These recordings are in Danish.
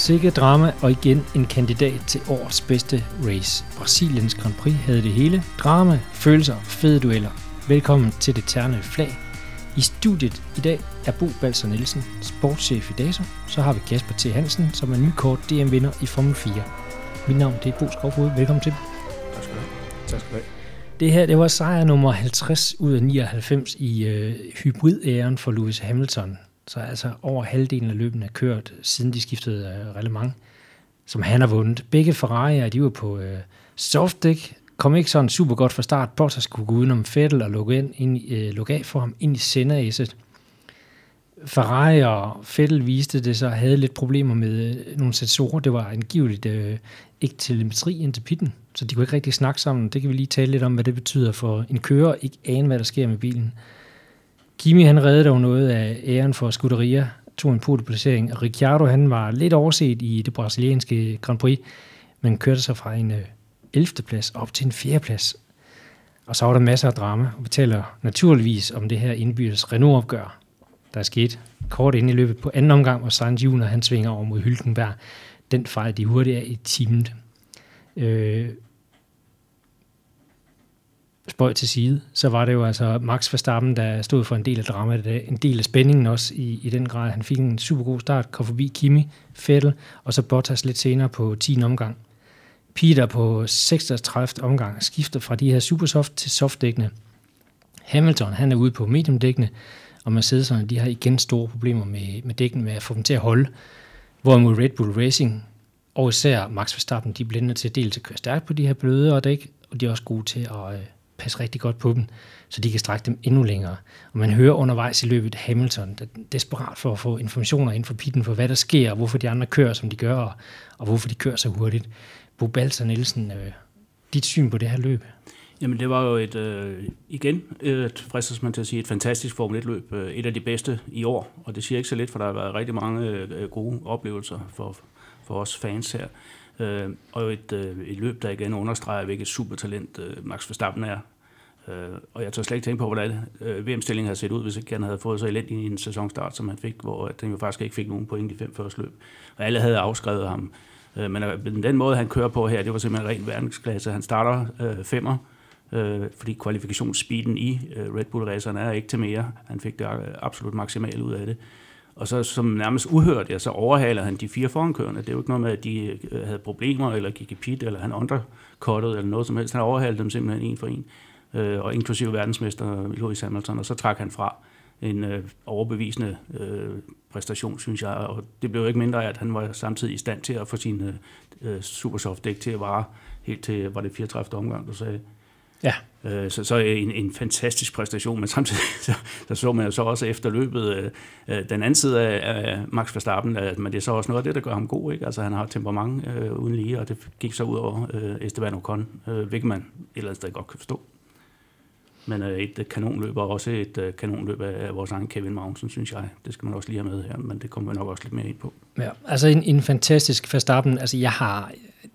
Sikke drama, og igen en kandidat til årets bedste race. Brasiliens Grand Prix havde det hele. Drama, følelser, fede dueller. Velkommen til Det Ternede Flag. I studiet i dag er Bo Balser Nielsen, sportschef i DAZN. Så har vi Kasper T. Hansen, som er nykort DM-vinder i Formel 4. Mit navn er Bo Skovfod. Velkommen til. Tak skal du have. Tak skal du have. Det her, det var sejr nummer 50 ud af 99 i hybrid-æren for Lewis Hamilton. Så altså over halvdelen af løbene er kørt, siden de skiftede reglement, som han har vundet. Begge Ferrari'er, de var på softdæk, kom ikke sådan super godt fra start. Bottas skulle gå udenom Vettel og lukke af for ham ind i senderæset. Ferrari og Vettel viste det så, havde lidt problemer med nogle sensorer. Det var angiveligt ikke telemetri ind til pitten, så de kunne ikke rigtig snakke sammen. Det kan vi lige tale lidt om, hvad det betyder for en kører, ikke ane, hvad der sker med bilen. Kimi, han reddede dog noget af æren for Scuderia, tog en podieplacering, og Ricciardo, han var lidt overset i det brasilianske Grand Prix, men kørte sig fra en 11. plads op til en 4. plads. Og så var der masser af drama, og vi taler naturligvis om det her indbyrdes Renault-opgør, der er sket kort inde i løbet på anden omgang, hvor Sainz Jr. han svinger over mod Hülkenberg. Den fejl, de hurtigt er i teamet. Spøj til side, så var det jo altså Max Verstappen, der stod for en del af dramaet, en del af spændingen også i den grad. Han fik en super god start, kom forbi Kimi, Vettel, og så Bottas lidt senere på 10. omgang. Peter på 36. omgang skifter fra de her supersoft til softdækkene. Hamilton, han er ude på mediumdækkene, og Mercedeserne, de har igen store problemer med dækkene, med at få dem til at holde. Hvorimod Red Bull Racing, og især Max Verstappen, de bliver nødt til dels at køre stærkt på de her blødere dæk, og de er også gode til at passe rigtig godt på dem, så de kan strække dem endnu længere. Og man hører undervejs i løbet Hamilton, der er desperat for at få informationer inden for pitten for, hvad der sker, og hvorfor de andre kører, som de gør, og hvorfor de kører så hurtigt. Bo Balser Nielsen, dit syn på det her løb? Jamen det var jo fristes man til at sige, et fantastisk Formel 1-løb. Et af de bedste i år, og det siger ikke så lidt, for der har været rigtig mange gode oplevelser for os fans her. Og et løb, der igen understreger, hvilket supertalent Max Verstappen er. Og jeg tør slet ikke tænke på, hvordan VM-stillingen havde set ud, hvis ikke han havde fået så elendig i en sæsonstart, som han fik, hvor han jo faktisk ikke fik nogen point i 5 første løb. Og alle havde afskrevet ham. Men den måde, han kører på her, det var simpelthen ren verdensklasse. Han starter 5'er, fordi kvalifikationsspeeden i Red Bull-racerne er ikke til mere. Han fik det absolut maksimalt ud af det. Og så som nærmest uhørt, så overhaler han de 4 forankørende. Det er jo ikke noget med, at de havde problemer, eller gik i pit, eller han undercuttede, eller noget som helst. Han overhalede dem simpelthen en for en, og inklusive verdensmester Lewis Hamilton, og så trak han fra en overbevisende præstation, synes jeg. Og det blev jo ikke mindre af, at han var samtidig i stand til at få sin supersoft-dæk til at vare helt til, var det 34. omgang, du sagde? Ja. Så en fantastisk præstation, men samtidig så man jo så også efter løbet den anden side af Max Verstappen, men det er så også noget af det, der gør ham god, ikke? Altså han har temperament uden lige, og det gik så ud over Esteban Ocon, hvilket man et eller andet sted godt kan forstå. Men et kanonløb, og også et kanonløb af vores egen Kevin Magnussen, synes jeg. Det skal man også lige have med her, men det kommer vi nok også lidt mere ind på. Ja, altså en fantastisk Verstappen. Altså jeg har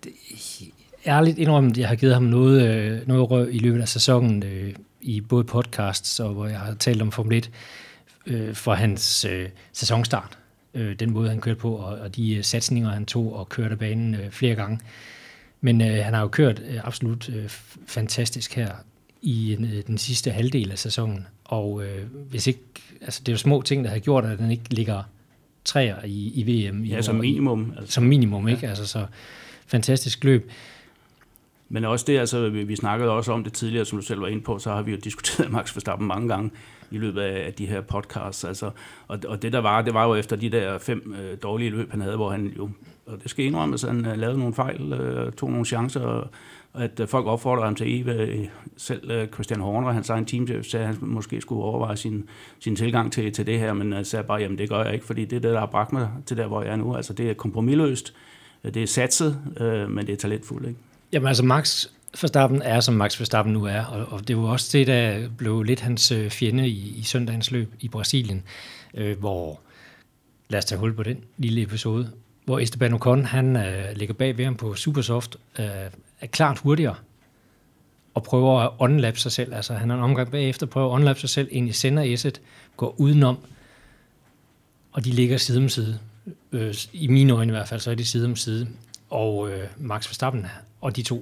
ærligt indrømmet, at jeg har givet ham noget røv i løbet af sæsonen i både podcasts, og hvor jeg har talt om Formel 1 for hans sæsonstart. Den måde, han kørte på, og de satsninger, han tog og kørte banen flere gange. Men han har jo kørt absolut fantastisk her i den sidste halvdel af sæsonen. Og hvis ikke, altså det er jo små ting, der har gjort, at den ikke ligger 3'er i VM. Ja, som minimum. Altså. Som minimum, ikke? Altså så fantastisk løb. Men også det, altså vi snakkede også om det tidligere, som du selv var inde på, så har vi jo diskuteret Max Verstappen mange gange i løbet af de her podcasts. Altså, og det var jo efter de der 5 dårlige løb, han havde, hvor han jo, og det skal indrømmes, han lavede nogle fejl, tog nogle chancer, og at folk opfordrede ham til selv Christian Horner, hans egen teamchef, sagde, at han måske skulle overveje sin tilgang til det her, men han sagde bare, jamen det gør jeg ikke, fordi det er det, der har bragt mig til der, hvor jeg er nu. Altså det er kompromisløst, det er satset, men det er talentfuldt, ikke? Jamen altså Max Verstappen er, som Max Verstappen nu er, og det var også det, der blev lidt hans fjende i søndagens løb i Brasilien, hvor, lad os tage hul på den lille episode, hvor Esteban Ocon, han ligger bag ved ham på Supersoft, er klart hurtigere, og prøver at unlap sig selv. Altså han har en omgang bagefter, prøver at unlap sig selv ind i sender-esset, går udenom, og de ligger side om side. I mine øjne i hvert fald, så er de side om side. Og Max Verstappen og de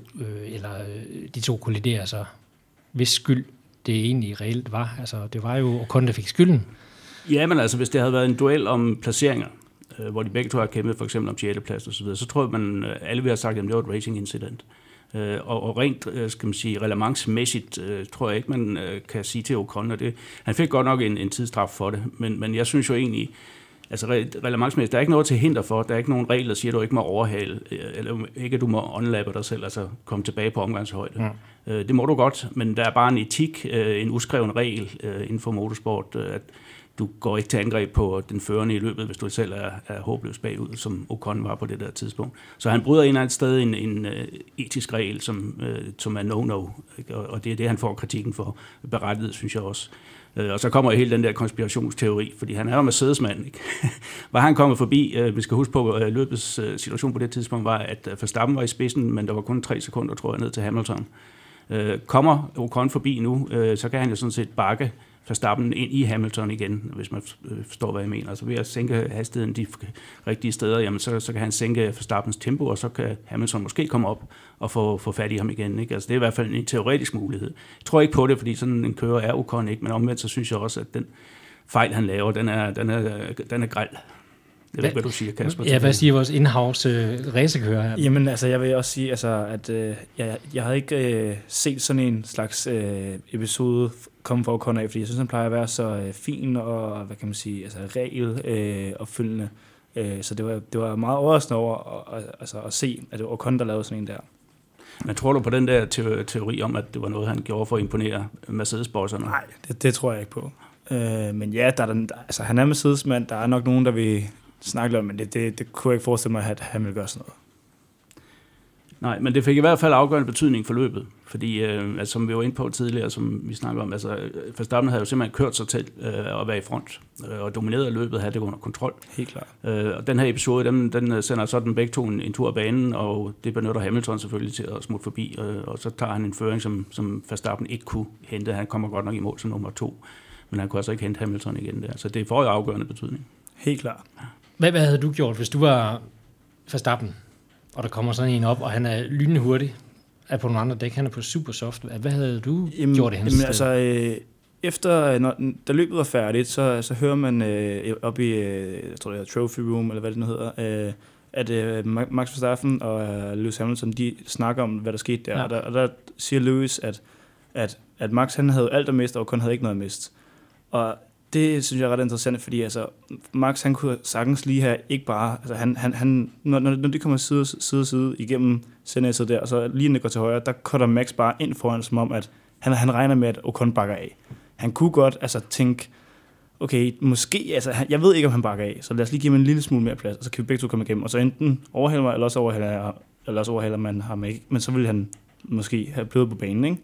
to kolliderer så, hvis skyld det egentlig reelt var. Altså, det var jo Ocon, der fik skylden. Ja, men altså, hvis det havde været en duel om placeringer, hvor de begge to har kæmpet for eksempel om 6. plads og så videre, så tror jeg, man alle vil have sagt, at det var et racing incident. Og rent, skal man sige, relevantsmæssigt, tror jeg ikke, man kan sige til Ocon, det. Han fik godt nok en tidsstraf for det, men jeg synes jo egentlig, altså relevantsmæssigt, der er ikke noget til hinder for, der er ikke nogen regler, der siger, at du ikke må overhale, eller ikke, at du må unlappe dig selv, altså komme tilbage på omgangshøjde. Det må du godt, men der er bare en etik, en uskreven regel inden for motorsport, at du går ikke til angreb på den førende i løbet, hvis du selv er håbløs bagud, som Ocon var på det der tidspunkt. Så han bryder en eller anden sted en etisk regel, som er no-no, og det er det, han får kritikken for berettiget, synes jeg også. Og så kommer hele den der konspirationsteori, fordi han er jo Mercedes-mand, ikke? Var han kommet forbi, vi skal huske på, løbets situation på det tidspunkt var, at Verstappen var i spidsen, men der var kun 3 sekunder, tror jeg, ned til Hamilton. Kommer Ocon forbi nu, så kan han jo sådan set bakke Verstappen ind i Hamilton igen, hvis man forstår, hvad jeg mener. Altså ved at sænke hastigheden de rigtige steder, jamen så kan han sænke Verstappens tempo, og så kan Hamilton måske komme op og få fat i ham igen. Ikke? Altså det er i hvert fald en teoretisk mulighed. Jeg tror ikke på det, fordi sådan en kører er Ocon ikke, men omvendt så synes jeg også, at den fejl, han laver, den er grel. Jeg ved ikke, hvad du siger, Kasper. Ja, hvad siger vores in-house racerkører her? Jamen, altså, jeg vil også sige, altså, at jeg havde ikke set sådan en slags episode komme fra Ocon af, fordi jeg synes, han plejer at være så fin og, hvad kan man sige, altså regelopfyldende. Så det var meget overraskende over at se, at det var Ocon, der lavede sådan en der. Men tror du på den der teori om, at det var noget, han gjorde for at imponere Mercedes-bosserne? Nej, det tror jeg ikke på. Men ja, altså, han er Mercedes-mand. Der er nok nogen, der vil snakke om, men det kunne jeg ikke forestille mig, at han ville gøre sådan noget. Nej, men det fik i hvert fald afgørende betydning for løbet, fordi altså, som vi var inde på tidligere, som vi snakker om, altså Verstappen havde jo simpelthen kørt sig til at være i front, og domineret løbet, havde det under kontrol. Helt klart. Og den her episode, den sender sådan begge to en tur af banen, og det benytter Hamilton selvfølgelig til at smutte forbi, og så tager han en føring, som Verstappen ikke kunne hente. Han kommer godt nok i mål som nummer 2, men han kunne altså ikke hente Hamilton igen der. Så det får jo afgørende betydning. Helt klart. Hvad havde du gjort, hvis du var Verstappen, og der kommer sådan en op, og han er lynende hurtig, er på nogle andre dæk, han er på super soft. Hvad havde du gjort i hans sted? Altså, efter, da løbet var færdigt, så hører man op i, jeg tror det er Trophy Room, eller hvad det nu hedder, at Max Verstappen og Lewis Hamilton, de snakker om, hvad der skete der. Ja. Og der siger Lewis, at Max han havde alt at miste, og kun havde ikke noget at miste. Og det synes jeg er ret interessant, fordi altså, Max han kunne sagtens lige have ikke bare, altså han når de kommer side igennem CNS'et der, og så lige når det går til højre, der cutter Max bare ind foran, som om at han regner med, at Ocon bakker af. Han kunne godt altså tænke, okay, måske, altså jeg ved ikke, om han bakker af, så lad os lige give ham en lille smule mere plads, og så kan vi begge to komme igennem, og så enten overhælder mig, eller også overhælder man ham ikke, men så ville han måske have blevet på banen, ikke?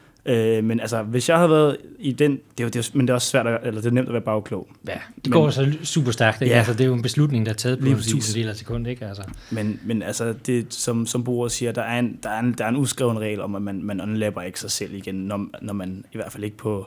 Men altså, hvis jeg havde været i den, men det er også svært, eller det er nemt at være bagklog. Ja, det går så super stærkt, ikke? Ja. Altså, det er jo en beslutning, der er taget på en tusindedel af sekund, ikke? Altså. Men altså, det som Boer siger, der er en uskreven regel om, at man unlapper ikke sig selv igen, når man i hvert fald ikke på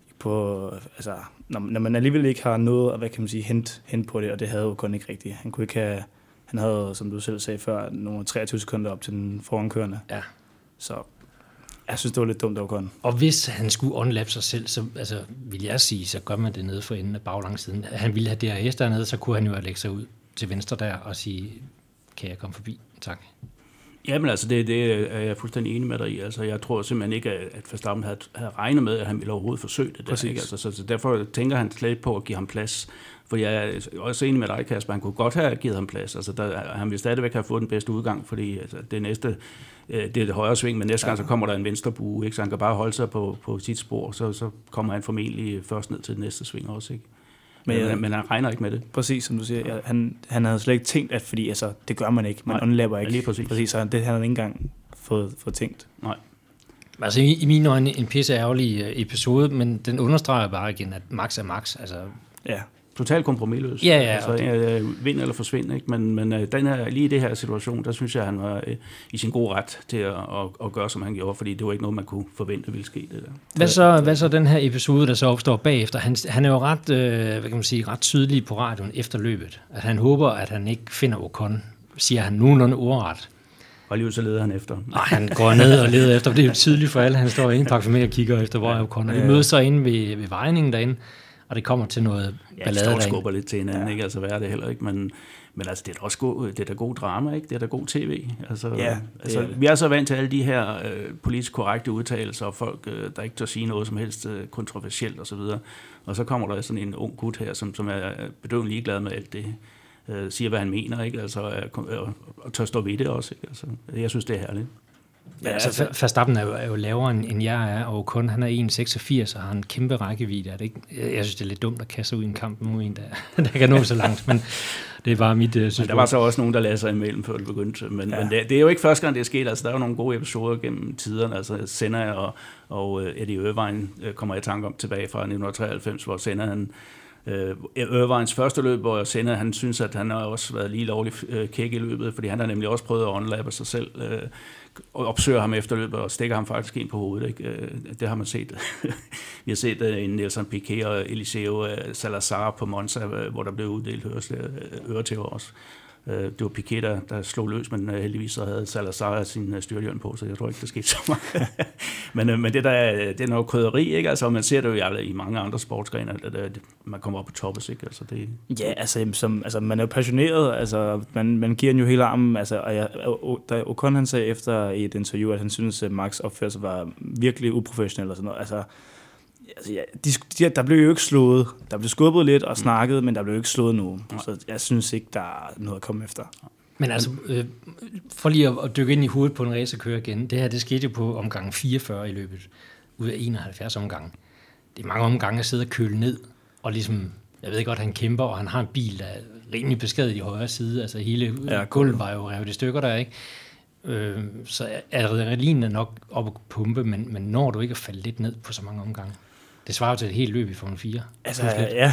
altså, når man alligevel ikke har noget, hvad kan man sige, hent på det, og det havde jo kun ikke rigtigt. Han kunne ikke have, han havde, som du selv sagde før, nogle 23 sekunder op til den forankørende. Ja. Så jeg synes, det var lidt dumt, Ocon. Og hvis han skulle unlappe sig selv, så altså, vil jeg sige, så gør man det nede for enden af baglangsiden. Han ville have DRS dernede, så kunne han jo lægge sig ud til venstre der og sige, kan jeg komme forbi? Tak. Jamen altså, det er jeg fuldstændig enig med dig i. Altså, jeg tror simpelthen ikke, at Verstappen havde regnet med, at han ville overhovedet forsøge det der. Ikke? Altså, så derfor tænker han slet på at give ham plads. For jeg er også enig med dig, Kasper, han kunne godt have givet ham plads. Altså, han ville stadigvæk have fået den bedste udgang, fordi altså, det næste, det er det højre sving, men næste gang så kommer der en venstre bue, ikke? Så han kan bare holde sig på sit spor, så kommer han formentlig først ned til det næste sving også, ikke? Men han regner ikke med det. Præcis, som du siger. Han havde slet ikke tænkt, at fordi altså, det gør man ikke. Man unlapper ikke. Lige præcis. Så det havde han ikke engang fået tænkt. Nej. Altså i mine øjne en pisse ærgerlig episode, men den understreger bare igen, at Max er Max. Altså, ja. totalt kompromisløs. Ja, altså, vind eller forsvind, ikke? Men den her, lige i det her situation, der synes jeg, han var i sin gode ret til at gøre, som han gjorde, fordi det var ikke noget, man kunne forvente ville ske. Det der. Hvad så den her episode, der så opstår bagefter? Han er jo ret, hvad kan man sige, ret tydelig på radioen efter løbet. At han håber, at han ikke finder Ocon, siger han nogenlunde ordret. Og alligevel så leder han efter. Og han går ned og leder efter, det er jo tydeligt for alle. Han står inde i Park og kigger efter, hvor er Ocon. Og de mødes så inde ved vejningen derinde, og det kommer til noget ballade derinde. Ja, de skubber lidt til hinanden, ikke? Altså, hvad er det heller ikke? Men altså, det er da også det er da god drama, ikke? Det er da god tv. Altså, vi er så vant til alle de her politisk korrekte udtalelser, og folk, der ikke tør sige noget som helst kontroversielt osv. Og så kommer der sådan en ung gut her, som er bedøvende ligeglad med alt det, siger, hvad han mener, ikke? Altså, og tør stå ved det også, ikke? Altså, jeg synes, det er herligt. Ja, altså, Verstappen er jo lavere, end jeg er, og kun han er 1,86 og har en kæmpe rækkevidde. Jeg synes, det er lidt dumt at kaste ud i en kamp med en, der kan nå så langt, men det er bare mit synspunkt. Der var så også nogen, der lagde sig imellem, før det begyndte. Men det er jo ikke første gang, det er sket. Altså, der er jo nogle gode episoder gennem tiderne. Altså, Senna og Eddie Irvine kommer jeg i tanke om tilbage fra 1993, hvor Senna han Irvines første løb, hvor Senna, han synes, at han har også været lige lovligt kæk i løbet, fordi han har nemlig også prøvet at onlappe sig selv, og opsøger ham efter løbet og stikker ham faktisk ind på hovedet. Ikke? Det har man set. Vi har set en Nelson Piquet og Eliseo Salazar på Monza, hvor der blev uddelt øretæver også. Det var Piquet, der slog løs, men heldigvis så havde Salazar sin styrthjelm på, så jeg tror ikke, der skete så meget. men det er noget krydderi, ikke? Altså, man ser det jo i mange andre sportsgrene, at man kommer op på toppes, ikke? Altså, det... Ja, altså, man er jo passioneret, altså, man giver den jo hele armen, altså, og da Ocon han sagde efter i et interview, at han synes, at Max opførsel var virkelig uprofessionel og sådan noget, altså der blev jo ikke slået. Der blev skubbet lidt og snakket, men der blev ikke slået nogen. Så jeg synes ikke, der er noget at komme efter. Men altså, for lige at dykke ind i hovedet på en racerkører igen, det her, det skete jo på omgang 44 i løbet, ud af 71 omgange. Det er mange omgange at sidde og køle ned, og ligesom, jeg ved godt, han kæmper, og han har en bil, der er rimelig beskadiget i højre side, altså hele gulvet var jo revet i stykker der, ikke? Så adrenalin er nok op at pumpe, men når du ikke at falde lidt ned på så mange omgange? Det svarer jo til et helt løb i Formel 4. Altså, ja.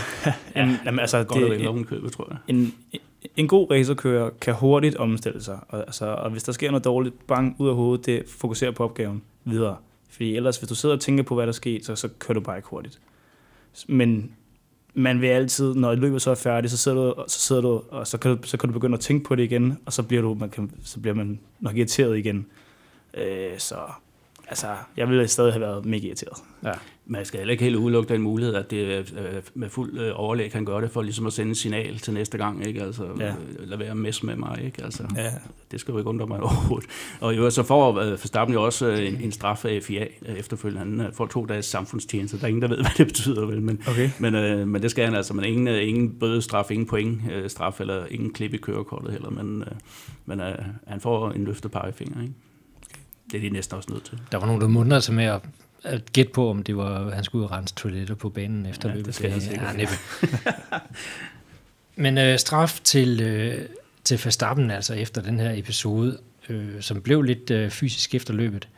En god racerkører kan hurtigt omstille sig. Og hvis der sker noget dårligt, bang, ud af hovedet, det fokuserer på opgaven videre. Fordi ellers, hvis du sidder og tænker på, hvad der sker, så kører du bare ikke hurtigt. Men man vil altid, når løbet så er færdigt, så sidder du, og så kan du begynde at tænke på det igen, og så bliver man nok irriteret igen. Så... Altså, jeg ville stadig have været mega irriteret. Ja. Man skal heller ikke helt udelukke den mulighed, at det med fuld overlæg kan gøre det, for ligesom at sende et signal til næste gang, ikke? Altså, lad være mess med mig, ikke? Altså, det skal jo ikke undre mig overhovedet. Og i øvrigt så får Verstappen jo også en straf af FIA efterfølgende. Han får 2 dages samfundstjeneste. Der er ingen, der ved, hvad det betyder, vel? Men det skal han altså. Men ingen bødestraf, ingen pointstraf, eller ingen klip i kørekortet heller. Men han får en løftet pegefinger, ikke? Det er de næsten også nødt til. Der var nogen, der mundrede sig med at gætte på, om det var, han skulle ud og rense toiletter på banen efter løbet. Det skal han sikkert. Men straf til Verstappen, altså efter den her episode, som blev lidt fysisk efter løbet.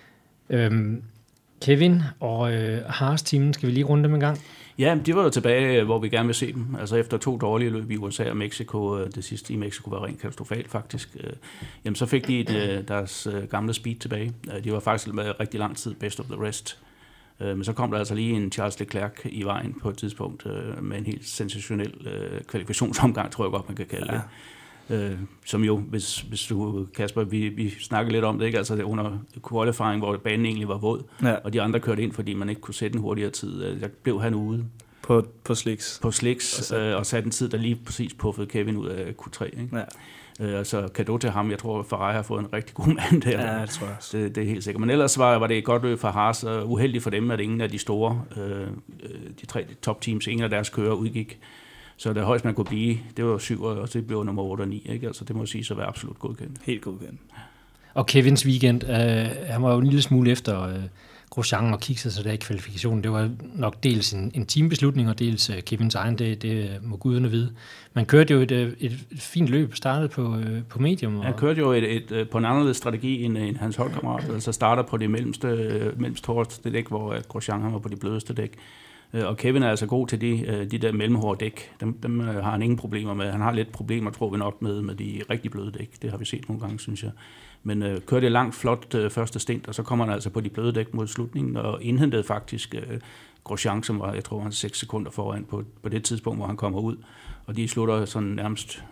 Kevin og Haas-teamen, skal vi lige runde dem en gang? Ja, de var jo tilbage, hvor vi gerne vil se dem. Altså efter 2 dårlige løb i USA og Mexico, det sidste i Mexico var rent katastrofalt faktisk, jamen så fik de deres gamle speed tilbage. De var faktisk med rigtig lang tid best of the rest. Men så kom der altså lige en Charles Leclerc i vejen på et tidspunkt med en helt sensationel kvalifikationsomgang, tror jeg godt, man kan kalde det. Som jo, hvis du, Kasper, vi snakkede lidt om det, ikke? Altså det under qualifying, hvor banen egentlig var våd, og de andre kørte ind, fordi man ikke kunne sætte en hurtigere tid. Der blev han ude. På slicks. På slicks, og satte en tid, der lige præcis puffede Kevin ud af Q3. Ikke? Ja. Så cadeau til ham. Jeg tror, Ferrari har fået en rigtig god mand der. Ja, det tror jeg også. Det er helt sikkert. Men ellers var det et godt løb for Haas, og uheldigt for dem, at ingen af de store, de 3 top teams, ingen af deres kører udgik. Så det højst man kunne blive, det var 7, og det blev nummer 8 og 9. Ikke? Altså, det må sige så være absolut godkendt. Helt godkendt. Og Kevins weekend, han var jo en lille smule efter Grosjean og kiksede sig der i kvalifikationen. Det var nok dels en teambeslutning, og dels Kevins egen, det må guderne vide. Man kørte jo et fint løb, startede på medium. Han kørte jo på en anderledes strategi end hans holdkammerat. Altså starter på det mellemste hårdeste dæk, hvor Grosjean var på de blødeste dæk. Og Kevin er altså god til de der mellemhårde dæk. Dem har han ingen problemer med. Han har lidt problemer, tror vi nok, med de rigtig bløde dæk. Det har vi set nogle gange, synes jeg. Men kører det langt, flot første stint, og så kommer han altså på de bløde dæk mod slutningen, og indhentede faktisk Grosjean, som var, jeg tror, han 6 sekunder foran på det tidspunkt, hvor han kommer ud. Og de slutter sådan nærmest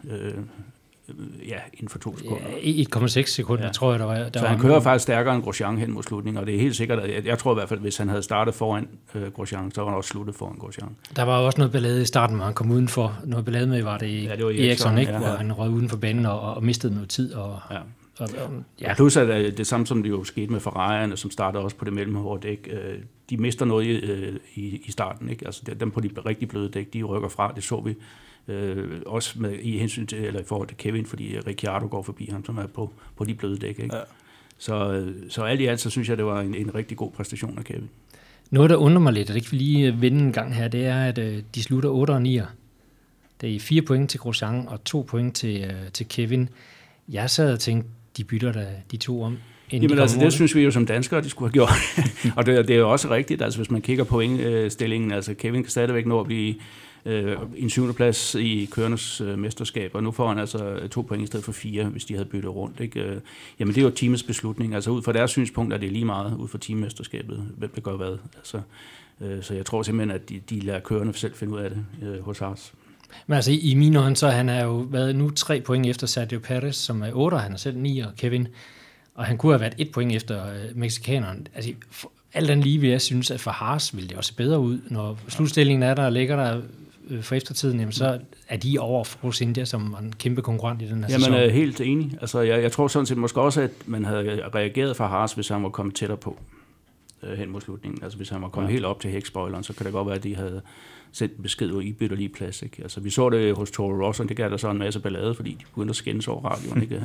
inden for 2 sekunder. Ja, 1,6 sekunder, tror jeg, der var. Så han kører faktisk stærkere end Grosjean hen mod slutningen, og det er helt sikkert, at jeg tror i hvert fald, at hvis han havde startet foran Grosjean, så var han også sluttet foran Grosjean. Der var også noget ballade i starten, hvor han kom udenfor. Noget ballade med, var det Eriksson, ikke? Hvor han røg uden for banen og mistede noget tid. Og plus at det samme, som det jo skete med Ferrari'erne, som startede også på det mellemhårde dæk. De mister noget i starten, ikke? Altså dem på de rigtig bløde dæk, de rykker fra, det så vi. Også i hensyn til, eller i forhold til Kevin, fordi Ricciardo går forbi ham, som er på de bløde dæk, ikke? Ja. Så alt i alt, så synes jeg, det var en rigtig god præstation af Kevin. Noget, der undrer mig lidt, og det kan vi lige vende en gang her, det er, at de slutter 8 og 9'er. Det er 4 point til Grosjean og 2 point til Kevin. Jeg sad og tænkte, de bytter da de 2 om. Jamen altså, det synes vi jo som danskere, de skulle have gjort. Og det er jo også rigtigt, altså hvis man kigger på pointstillingen, altså Kevin kan stadigvæk nå at blive en 7. plads i kørendes mesterskab, og nu får han altså 2 point i stedet for 4, hvis de havde byttet rundt, ikke? Jamen det er jo teamets beslutning, altså ud fra deres synspunkt er det lige meget ud fra teammesterskabet, hvem det gør hvad. Altså, så jeg tror simpelthen, at de lader kørende selv finde ud af det hos Haas. Men altså i mine øjne, så han er jo været nu 3 point efter Sergio Perez, som er 8, han er selv 9, og Kevin, og han kunne have været 1 point efter mexikaneren. Altså alt andet lige vil jeg synes, at for Haas ville det også se bedre ud, når slutstillingen er der og ligger der for eftertiden, jamen, så er de over Force India, som er en kæmpe konkurrent i den her sæson. Jamen, jeg er helt enig. Altså, jeg tror sådan set måske også, at man havde reageret fra Haas, hvis han var kommet tættere på hen mod slutningen. Altså, hvis han var kommet helt op til hækspoileren, så kan det godt være, at de havde sendt en besked, og I bytter lige plads, ikke? Altså, vi så det hos Toro Rosso, det gav der så en masse ballade, fordi de begyndte at skændes over radioen, ikke?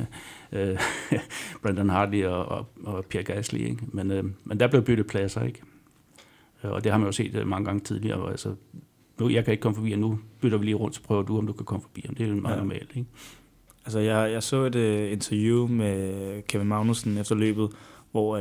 Brandon Hartley og Pierre Gasly, ikke? Men der blev byttet pladser, ikke? Og det har man jo set mange gange tidligere, altså nu, jeg kan ikke komme forbi, og nu bytter vi lige rundt, så prøver du, om du kan komme forbi. Det er jo meget normalt, ikke? Altså, jeg så et interview med Kevin Magnussen efter løbet, hvor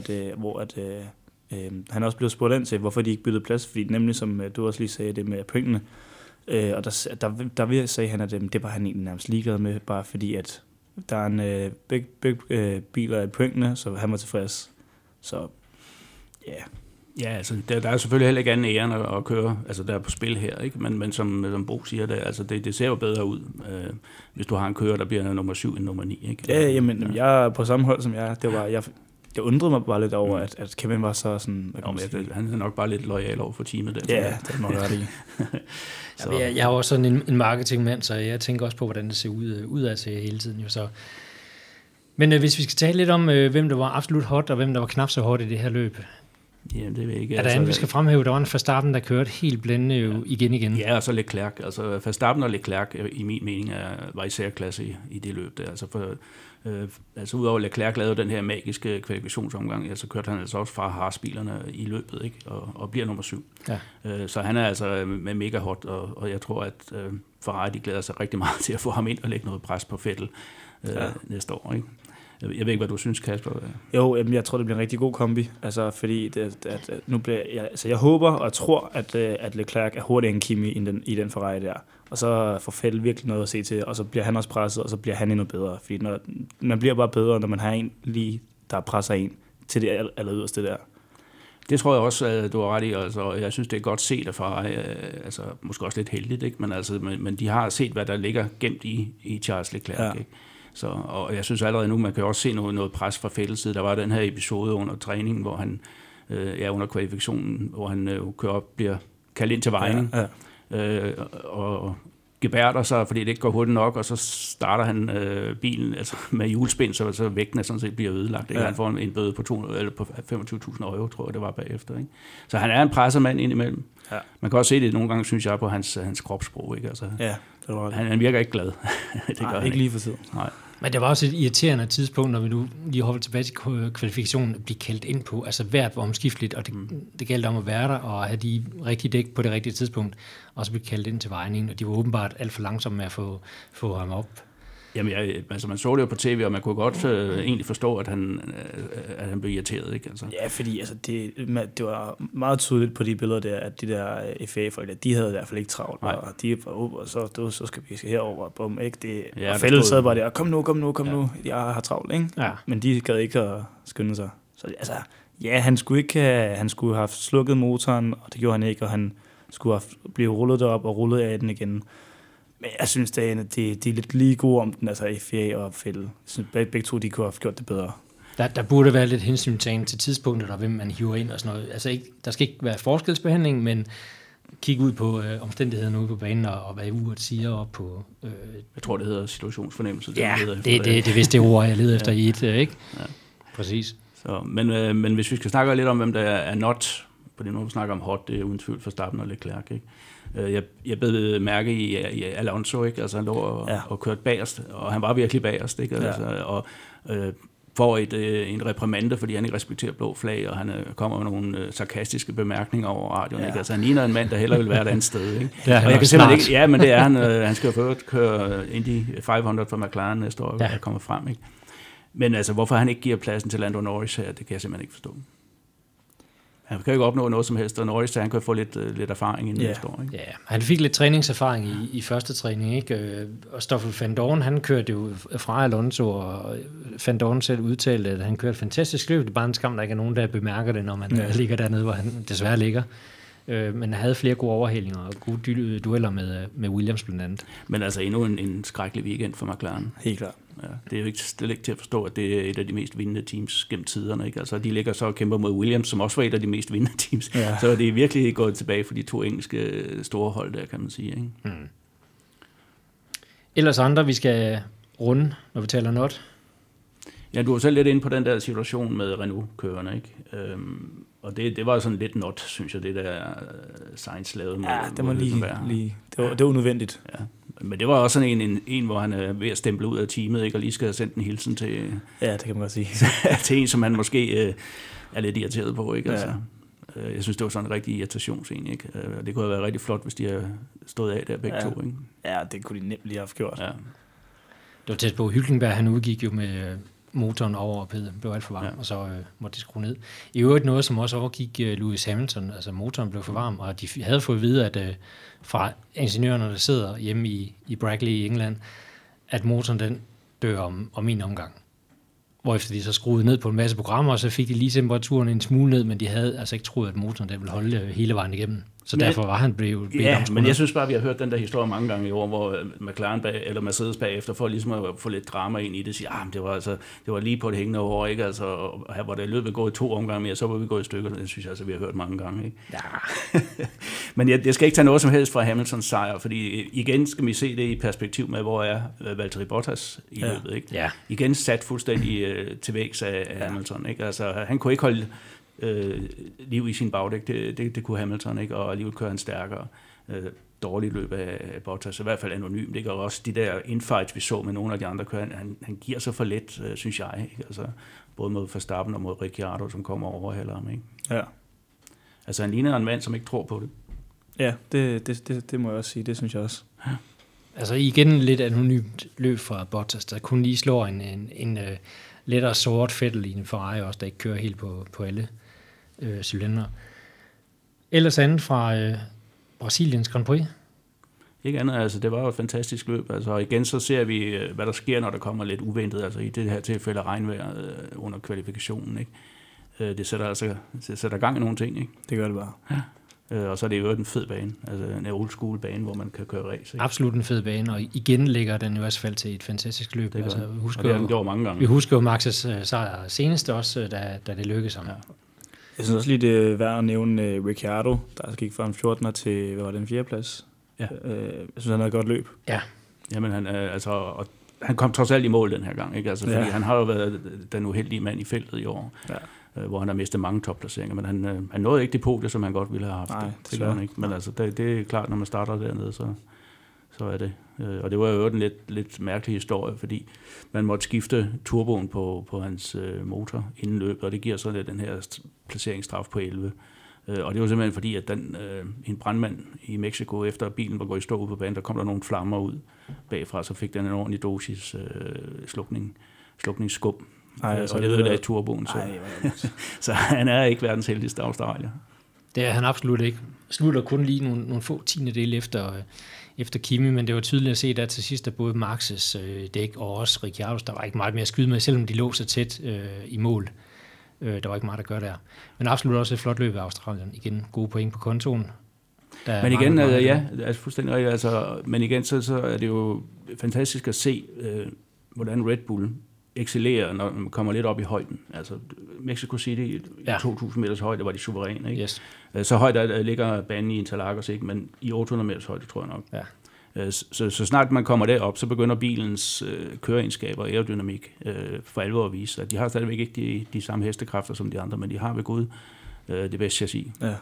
han også blev spurgt ind til, hvorfor de ikke byttede plads, fordi nemlig, som du også lige sagde, det med pointene, og der sagde han, at det var han egentlig nærmest ligeglad med, bare fordi, at der er en begge biler af pointene, så han var tilfreds. Så, ja... Yeah. Ja, altså, der er selvfølgelig heller ikke anden æren at køre, altså der er på spil her, ikke? Men som Bo siger, det ser jo bedre ud, hvis du har en kører, der bliver nummer 7 end nummer 9, ikke? Ja, jamen, jeg er på samme hold som jeg. Jeg undrede mig bare lidt over, at Kevin var så sådan... Han er nok bare lidt loyal over for teamet. Ja, det må være det. Jeg er også sådan en marketingmand, så jeg tænker også på, hvordan det ser ud af til hele tiden. Jo, så. Men hvis vi skal tale lidt om, hvem der var absolut hot, og hvem der var knap så hot i det her løb. Jamen, det vil jeg ikke. Er der andet, vi skal fremhæve? Der var en Verstappen, der kørte helt blændende igen. Ja, og så Leclerc. Altså, Verstappen og Leclerc, i min mening, var især klasse i det løb der. Altså, udover Leclerc lavede den her magiske kvalifikationsomgang, så kørte han altså også fra Haas-bilerne i løbet, ikke? Og bliver nummer 7. Ja. Så han er altså med mega hot, og jeg tror, at Ferrari de glæder sig rigtig meget til at få ham ind og lægge noget pres på Vettel næste år, ikke? Jeg ved ikke, hvad du synes, Kasper? Jo, jeg tror, det bliver en rigtig god kombi. Altså, fordi nu bliver jeg håber og tror, at Leclerc er hurtigere end Kimi i den Ferrari der. Og så får Vettel virkelig noget at se til, og så bliver han også presset, og så bliver han endnu bedre. Fordi man bliver bare bedre, når man har en lige, der presser en til det alleryderste der. Det tror jeg også, du har ret i. Altså, jeg synes, det er godt set af Ferrari. Altså, måske også lidt heldigt, ikke? Men de har set, hvad der ligger gemt i Charles Leclerc, ja. Ikke? Så, og jeg synes allerede nu, man kan også se noget pres fra Vettels side. Der var den her episode under træningen, hvor han, under kvalifikationen, hvor han kører op, bliver kaldt ind til vejning, og gebærder sig, fordi det ikke går hurtigt nok, og så starter han bilen altså med hjulspind, så vægten sådan set bliver ødelagt. Ikke? Han får en bøde på 25.000 euro, tror jeg, det var bagefter. Ikke? Så han er en pressermand indimellem. Ja. Man kan også se det nogle gange, synes jeg, på hans kropssprog. Ikke? Altså, ja, det var han virker ikke glad. Det gør han ikke lige for tiden. Nej. Men det var også et irriterende tidspunkt, når vi nu lige hopper tilbage til kvalifikationen, at blive kaldt ind på. Altså hvert var omskifteligt, og det galt om at være der, og have de rigtige dæk på det rigtige tidspunkt, og så blive kaldt ind til vejningen, og de var åbenbart alt for langsomme med at få ham op. Jamen, man så det jo på tv, og man kunne godt egentlig forstå, at han blev irriteret, ikke? Altså. Ja, fordi altså, det var meget tydeligt på de billeder der, at de der FA-folk, de havde i hvert fald ikke travlt, og de var og så skal vi herover, bum, ikke? Og fældet sad bare der, kom nu, jeg har travlt, ikke? Ja. Men de gad ikke at skynde sig. Så altså, ja, han skulle have haft slukket motoren, og det gjorde han ikke, og han skulle have blive rullet derop og rullet af den igen. Men jeg synes, de er lidt lige gode om den, altså FA og Fælde. Begge to, de kunne have gjort det bedre. Der burde være lidt hensyntagen til tidspunktet, og hvem man hiver ind og sådan noget. Altså der skal ikke være forskelsbehandling, men kigge ud på omstændighederne ude på banen, og hvad uret siger op på... Jeg tror, det hedder situationsfornemmelse. Ja, det er vist det ord, jeg leder efter i et, ikke? Ja. Præcis. Så, men hvis vi skal snakke lidt om, hvem der er not, på det nu vi snakker om hot, det er uden tvivl Verstappen og Leclerc, ikke? Jeg blev mærke i Alonso, ikke? Altså han lå og kørte bagerst, og han var virkelig bagerst, ikke? Altså, og får en reprimande, fordi han ikke respekterer blå flag, og han kommer med nogle sarkastiske bemærkninger over radioen, ikke? Altså han ligner en mand, der hellere vil være et andet sted, ikke? Og jeg kan simpelthen ikke, ja, men det er han. Han skal jo køre Indy 500 for McLaren næste år, der kommer frem, ikke? Men altså, hvorfor han ikke giver pladsen til Lando Norris her, det kan jeg simpelthen ikke forstå. Han kan jo ikke opnå noget som helst, og Norris, han kan få lidt erfaring i næste år. Ikke? Ja, han fik lidt træningserfaring i første træning, ikke? Og Stoffel van Dorn, han kørte jo fra Alonso, og van Dorn selv udtalte, at han kørte et fantastisk løb. Det er bare en skam, der ikke er nogen, der bemærker det, når man ligger dernede, hvor han desværre ligger. Men han havde flere gode overhældinger og gode dueller med Williams blandt andet. Men altså endnu en skrækkelig weekend for McLaren. Helt klart. Ja, det er jo ikke til at forstå, at det er et af de mest vindende teams gennem tiderne. Ikke? Altså, de ligger så og kæmper mod Williams, som også var et af de mest vindende teams. Ja. Så det er virkelig gået tilbage for de to engelske store hold der, kan man sige. Ikke? Mm. Ellers andre, vi skal runde, når vi taler not. Ja, du var selv lidt inde på den der situation med Renault-kørerne, ikke? Og det var sådan lidt not, synes jeg, det der Sainz lavede med. Ja, det var lige det var unødvendigt. Ja. Men det var også sådan en, hvor han er ved at stemple ud af teamet, ikke, og lige skal have sendt en hilsen til... Ja, det kan man godt sige. til en, som han måske er lidt irriteret på, ikke? Altså, jeg synes, det var sådan en rigtig irritationsscene, ikke? Det kunne have været rigtig flot, hvis de havde stået af der begge to, ikke? Ja, det kunne de nemt lige have gjort. Ja. Det var tæt på. Hülkenberg, han udgik jo med motoren over og blev alt for varm, og så måtte de skrue ned. I øvrigt noget, som også overgik Lewis Hamilton, altså motoren blev for varm, og de havde fået at vide, at fra ingeniørerne, der sidder hjemme i Brackley i England, at motoren den dør om en omgang. Hvorefter de så skruede ned på en masse programmer, og så fik de lige temperaturen en smule ned, men de havde altså ikke troet, at motoren den ville holde hele vejen igennem. Så derfor var han blevet men jeg synes bare, vi har hørt den der historie mange gange i år, hvor McLaren eller Mercedes bagefter, for ligesom at få lidt drama ind i det, siger, det var lige på det hængende over, ikke? Altså, og her hvor det løbet gået 2 omgange mere, så var vi gået i stykker. Det synes jeg altså, vi har hørt mange gange, ikke? Ja. Men jeg skal ikke tage noget som helst fra Hamiltons sejr, fordi igen skal vi se det i perspektiv med, hvor er Valtteri Bottas i løbet, ikke? Ja. Igen sat fuldstændig til vægs af Hamilton, ikke? Altså, han kunne ikke holde liv i sin bagdæk, det kunne Hamilton, ikke, og alligevel kører han stærkere. Dårligt løb af Bottas, i hvert fald anonymt, ikke, og også de der infights, vi så med nogle af de andre kører, han giver sig for let, synes jeg, ikke, altså både mod Verstappen og mod Ricciardo, som kommer og overhælder ham, ikke. Ja. Altså han ligner en mand, som ikke tror på det. Ja, det må jeg også sige, det synes jeg også. Ja. Altså igen lidt anonymt løb fra Bottas, der kun lige slår en lettere sort Vettel i en Ferrari også, der ikke kører helt på alle cylindre. Ellers andet fra Brasiliens Grand Prix. Ikke andet, altså det var jo et fantastisk løb, altså og igen så ser vi, hvad der sker, når der kommer lidt uventet, altså i det her tilfælde regnvejr under kvalifikationen, ikke? Det sætter gang i nogle ting, ikke? Det gør det bare. Ja. Og så er det jo en fed bane, altså en old school bane, hvor man kan køre race, ikke? Absolut en fed bane, og igen ligger den jo asfalt til et fantastisk løb. Det altså, og det har den gjort mange gange. Vi husker jo Max's sejr senest også, da det lykkedes ham. Ja. Jeg synes også lige, det er værd at nævne Ricciardo, der gik fra en 14'er til, hvad var det, en 4. plads. Ja. Jeg synes, han havde et godt løb. Ja. Jamen, han kom trods alt i mål den her gang, ikke? Altså, fordi han har jo været den uheldige mand i feltet i år. Ja. Hvor han har mistet mange topplaceringer, men han nåede ikke det podie, som han godt ville have haft. Nej, det gør han ikke. Men altså, det er klart, når man starter dernede, så er det. Og det var jo en lidt mærkelig historie, fordi man måtte skifte turboen på hans motor inden løbet, og det giver så den her placeringsstraf på 11. Og det var simpelthen fordi, at en brandmand i Mexico, efter bilen var gået i stå ude på banen, der kom der nogle flammer ud bagfra, så fik den en ordentlig dosis slukningsskum. Og det ødelagde turboen. Så han er ikke verdens heldigste australier. Det er han absolut ikke. Slutter kun lige nogle få tiendedele efter Kimi, men det var tydeligt at se der til sidst, at både Marx's dæk og også Ricciardo's, der var ikke meget mere at skyde med, selvom de lå så tæt i mål. Der var ikke meget at gøre der. Men absolut også et flot løb af Australien. Igen, gode point på kontoen. Men igen, altså fuldstændig rigtigt. Altså, men igen, så er det jo fantastisk at se, hvordan Red Bull excellerer, når man kommer lidt op i højden. Altså, Mexico City, i 2.000 meters højde, var de suveræne, ikke? Yes. Så højt der ligger banen i Interlagos, ikke? Men i 800 meters højde, tror jeg nok. Ja. Så snart man kommer derop, så begynder bilens køreegenskaber og aerodynamik for alvor at vise, at de har stadigvæk ikke de samme hestekræfter som de andre, men de har ved Gud det bedste chassis. Ja.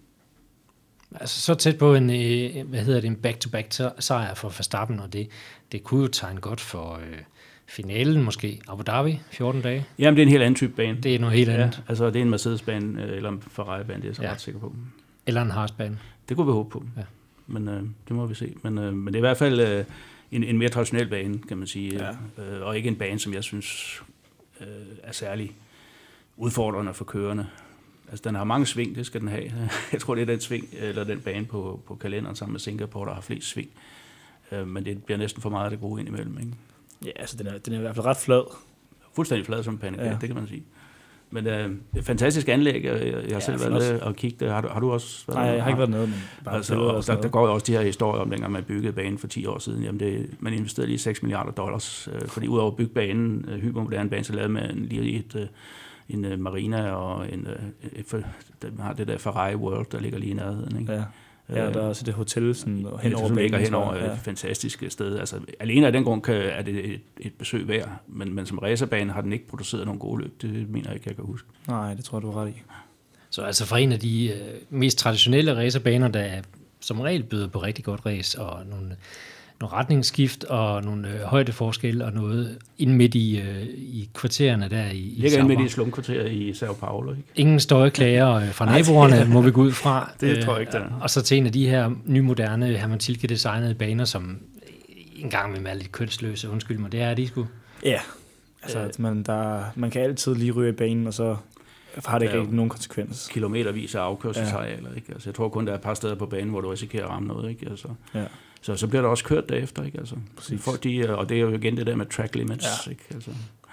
Altså så tæt på en back-to-back sejr for Verstappen, og det kunne jo tegne godt for finalen måske. Abu Dhabi, 14 dage. Jamen, det er en helt anden type bane. Det er noget helt andet. Ja, altså det er en Mercedes-bane eller en Ferrari-bane, det er jeg så ret sikker på. Eller en Haas-bane. Det kunne vi håbe på. Ja. Men det må vi se. Men det er i hvert fald en mere traditionel bane, kan man sige. Ja. Og ikke en bane, som jeg synes er særlig udfordrende for kørerne. Altså, den har mange sving, det skal den have. Jeg tror, det er den sving, eller den bane på kalenderen sammen med Singapore, der har flest sving. Men det bliver næsten for meget af det gode indimellem, ikke? Ja, altså den er i hvert fald ret flad. Fuldstændig flad som en pandekage, det kan man sige. Men et fantastisk anlæg. Jeg har selv været nede og kigget. Har du også været? Nej, jeg har ikke været nede, men bare der går jo også de her historier om, dengang man byggede banen for 10 år siden. Jamen man investerede lige $6 milliarder, fordi udover at bygge banen, hypermoderne bane, så lavede man lige en marina og den har det der Ferrari World, der ligger lige i nærheden, ikke? Ja, der er også det hotel sådan henover banen. Ligger henover et fantastisk sted. Altså, alene af den grund er det et besøg værd, men som racerbane har den ikke produceret nogle gode løb. Det mener jeg ikke, jeg kan huske. Nej, det tror jeg, du er ret i. Så altså fra en af de mest traditionelle racerbaner, der som regel byder på rigtig godt race, og nogle retningsskift og nogle højdeforskelle og noget ind midt i kvartererne der i ligger ind midt i slumkvarteret i Sao Paulo, ikke? Ingen støjklager fra naboerne, må vi gå ud fra. Det tror jeg ikke, der. Og så til en af de her nymoderne Hermann Tilke designede baner, som en gang med er lidt kønsløse, undskyld mig, det er de sgu. Ja, altså man kan altid lige ryge i banen, og så har det ikke nogen konsekvens. Kilometervis af afkørselsarealer, ikke? Altså, jeg tror kun, der er et par steder på banen, hvor du risikerer at ramme noget, ikke? Altså, så bliver der også kørt derefter, ikke? Altså, og det er jo igen det der med track limits, ikke? Altså,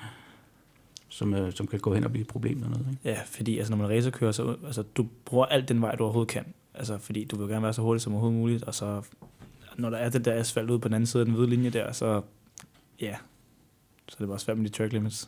som kan gå hen og blive et problem eller noget, ikke? Ja, fordi altså, når man racerkører, så altså, du bruger alt den vej, du overhovedet kan. Altså, fordi du vil gerne være så hurtig som overhovedet muligt, og så når der er det der asfalt ude på den anden side af den hvide linje der, så er det bare svært med de track limits.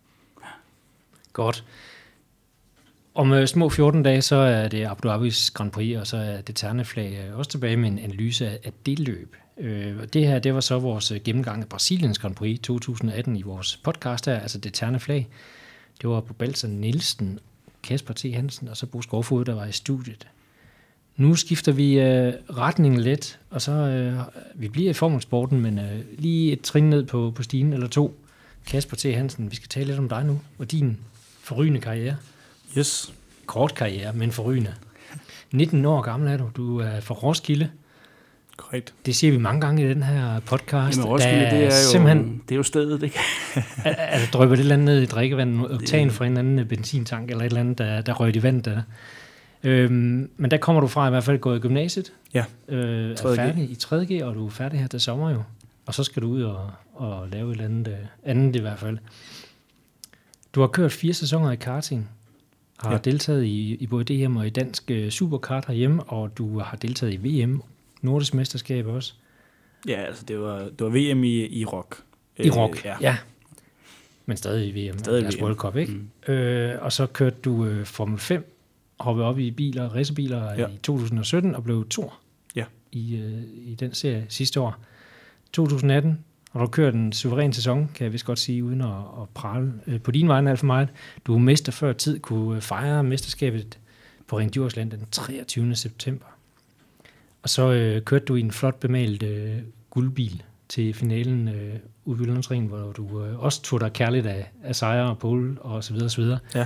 Godt. Om små 14 dage, så er det Abu Dhabis Grand Prix, og så er det Terneflag også tilbage med en analyse af delløb. Det her, det var så vores gennemgang af Brasiliens Grand Prix 2018 i vores podcast her, altså det Terneflag. Det var på Balser Nielsen, Kasper T. Hansen og så Bo Skovfod, der var i studiet. Nu skifter vi retningen lidt, og så vi bliver i formelsporten, men lige et trin ned på stigen eller to. Kasper T. Hansen, vi skal tale lidt om dig nu, og din forrygende karriere. Yes. Kort karriere, men forrygende. 19 år gammel er du. Du er fra Roskilde. Korrekt. Det siger vi mange gange i den her podcast. Jamen Roskilde, det er jo stedet, ikke? Der drypper det eller andet ned i drikkevandet, optagen fra en eller anden benzintank, eller et eller andet, der røg i vandet der. Men der kommer du fra i hvert fald gået i gymnasiet. Ja. Er færdig i 3.G, og du er færdig her til sommer jo. Og så skal du ud og lave et eller andet i hvert fald. Du har kørt 4 sæsoner i karting. Har deltaget i både DM og i dansk superkart herhjemme, og du har deltaget i VM, nordisk mesterskab også. Ja, altså det var VM i rock. I rock, ja. Men stadig i VM, deres World Cup, ikke? Og så kørte du Formel 5, hoppede op i racerbiler i 2017 og blev toer i den serie sidste år. 2018 har du kørt en suveræn sæson, kan jeg vist godt sige, uden at prale på din vegne alt for meget. Du er mester før tid, kunne fejre mesterskabet på Ring Djursland den 23. september. Og så kørte du i en flot bemalet guldbil til finalen ude på Jyllandsringen, hvor du også tog dig kærligt af sejre og pole og så videre, så videre. Ja.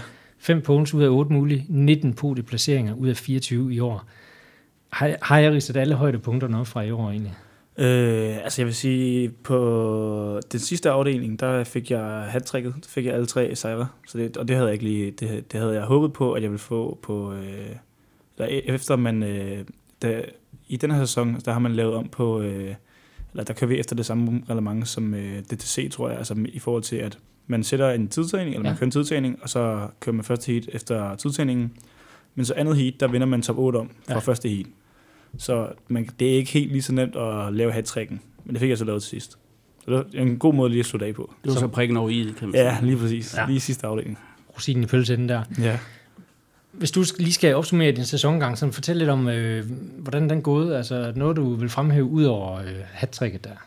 5 poles ud af 8 mulige, 19 podieplaceringer ud af 24 i år. Har jeg ridset alle højdepunkterne op fra i år egentlig? Altså jeg vil sige, på den sidste afdeling, der fik jeg hat-tricket, fik jeg alle 3 sejre, og det havde jeg ikke lige, det havde jeg håbet på, at jeg ville få på, efter man, i den her sæson, der har man lavet om på, eller der kører vi efter det samme reglement som DTC, tror jeg, altså i forhold til, at man sætter en tidtagning, eller man kører en tidtagning, og så kører man første heat efter tidtagningen, men så andet heat, der vinder man top 8 om fra første heat. Så det er ikke helt lige så nemt at lave hat-tricken, men det fik jeg så lavet til sidst. Så det var en god måde lige at slutte af på. Det var så prikken over i, kan man sige. Ja, lige præcis. Ja. Lige sidste afdeling. Rosinen i pølseenden der. Ja. Hvis du lige skal opsummere din sæsongang, så fortæl lidt om, hvordan den gået. Altså noget, du vil fremhæve ud over hat-tricket der.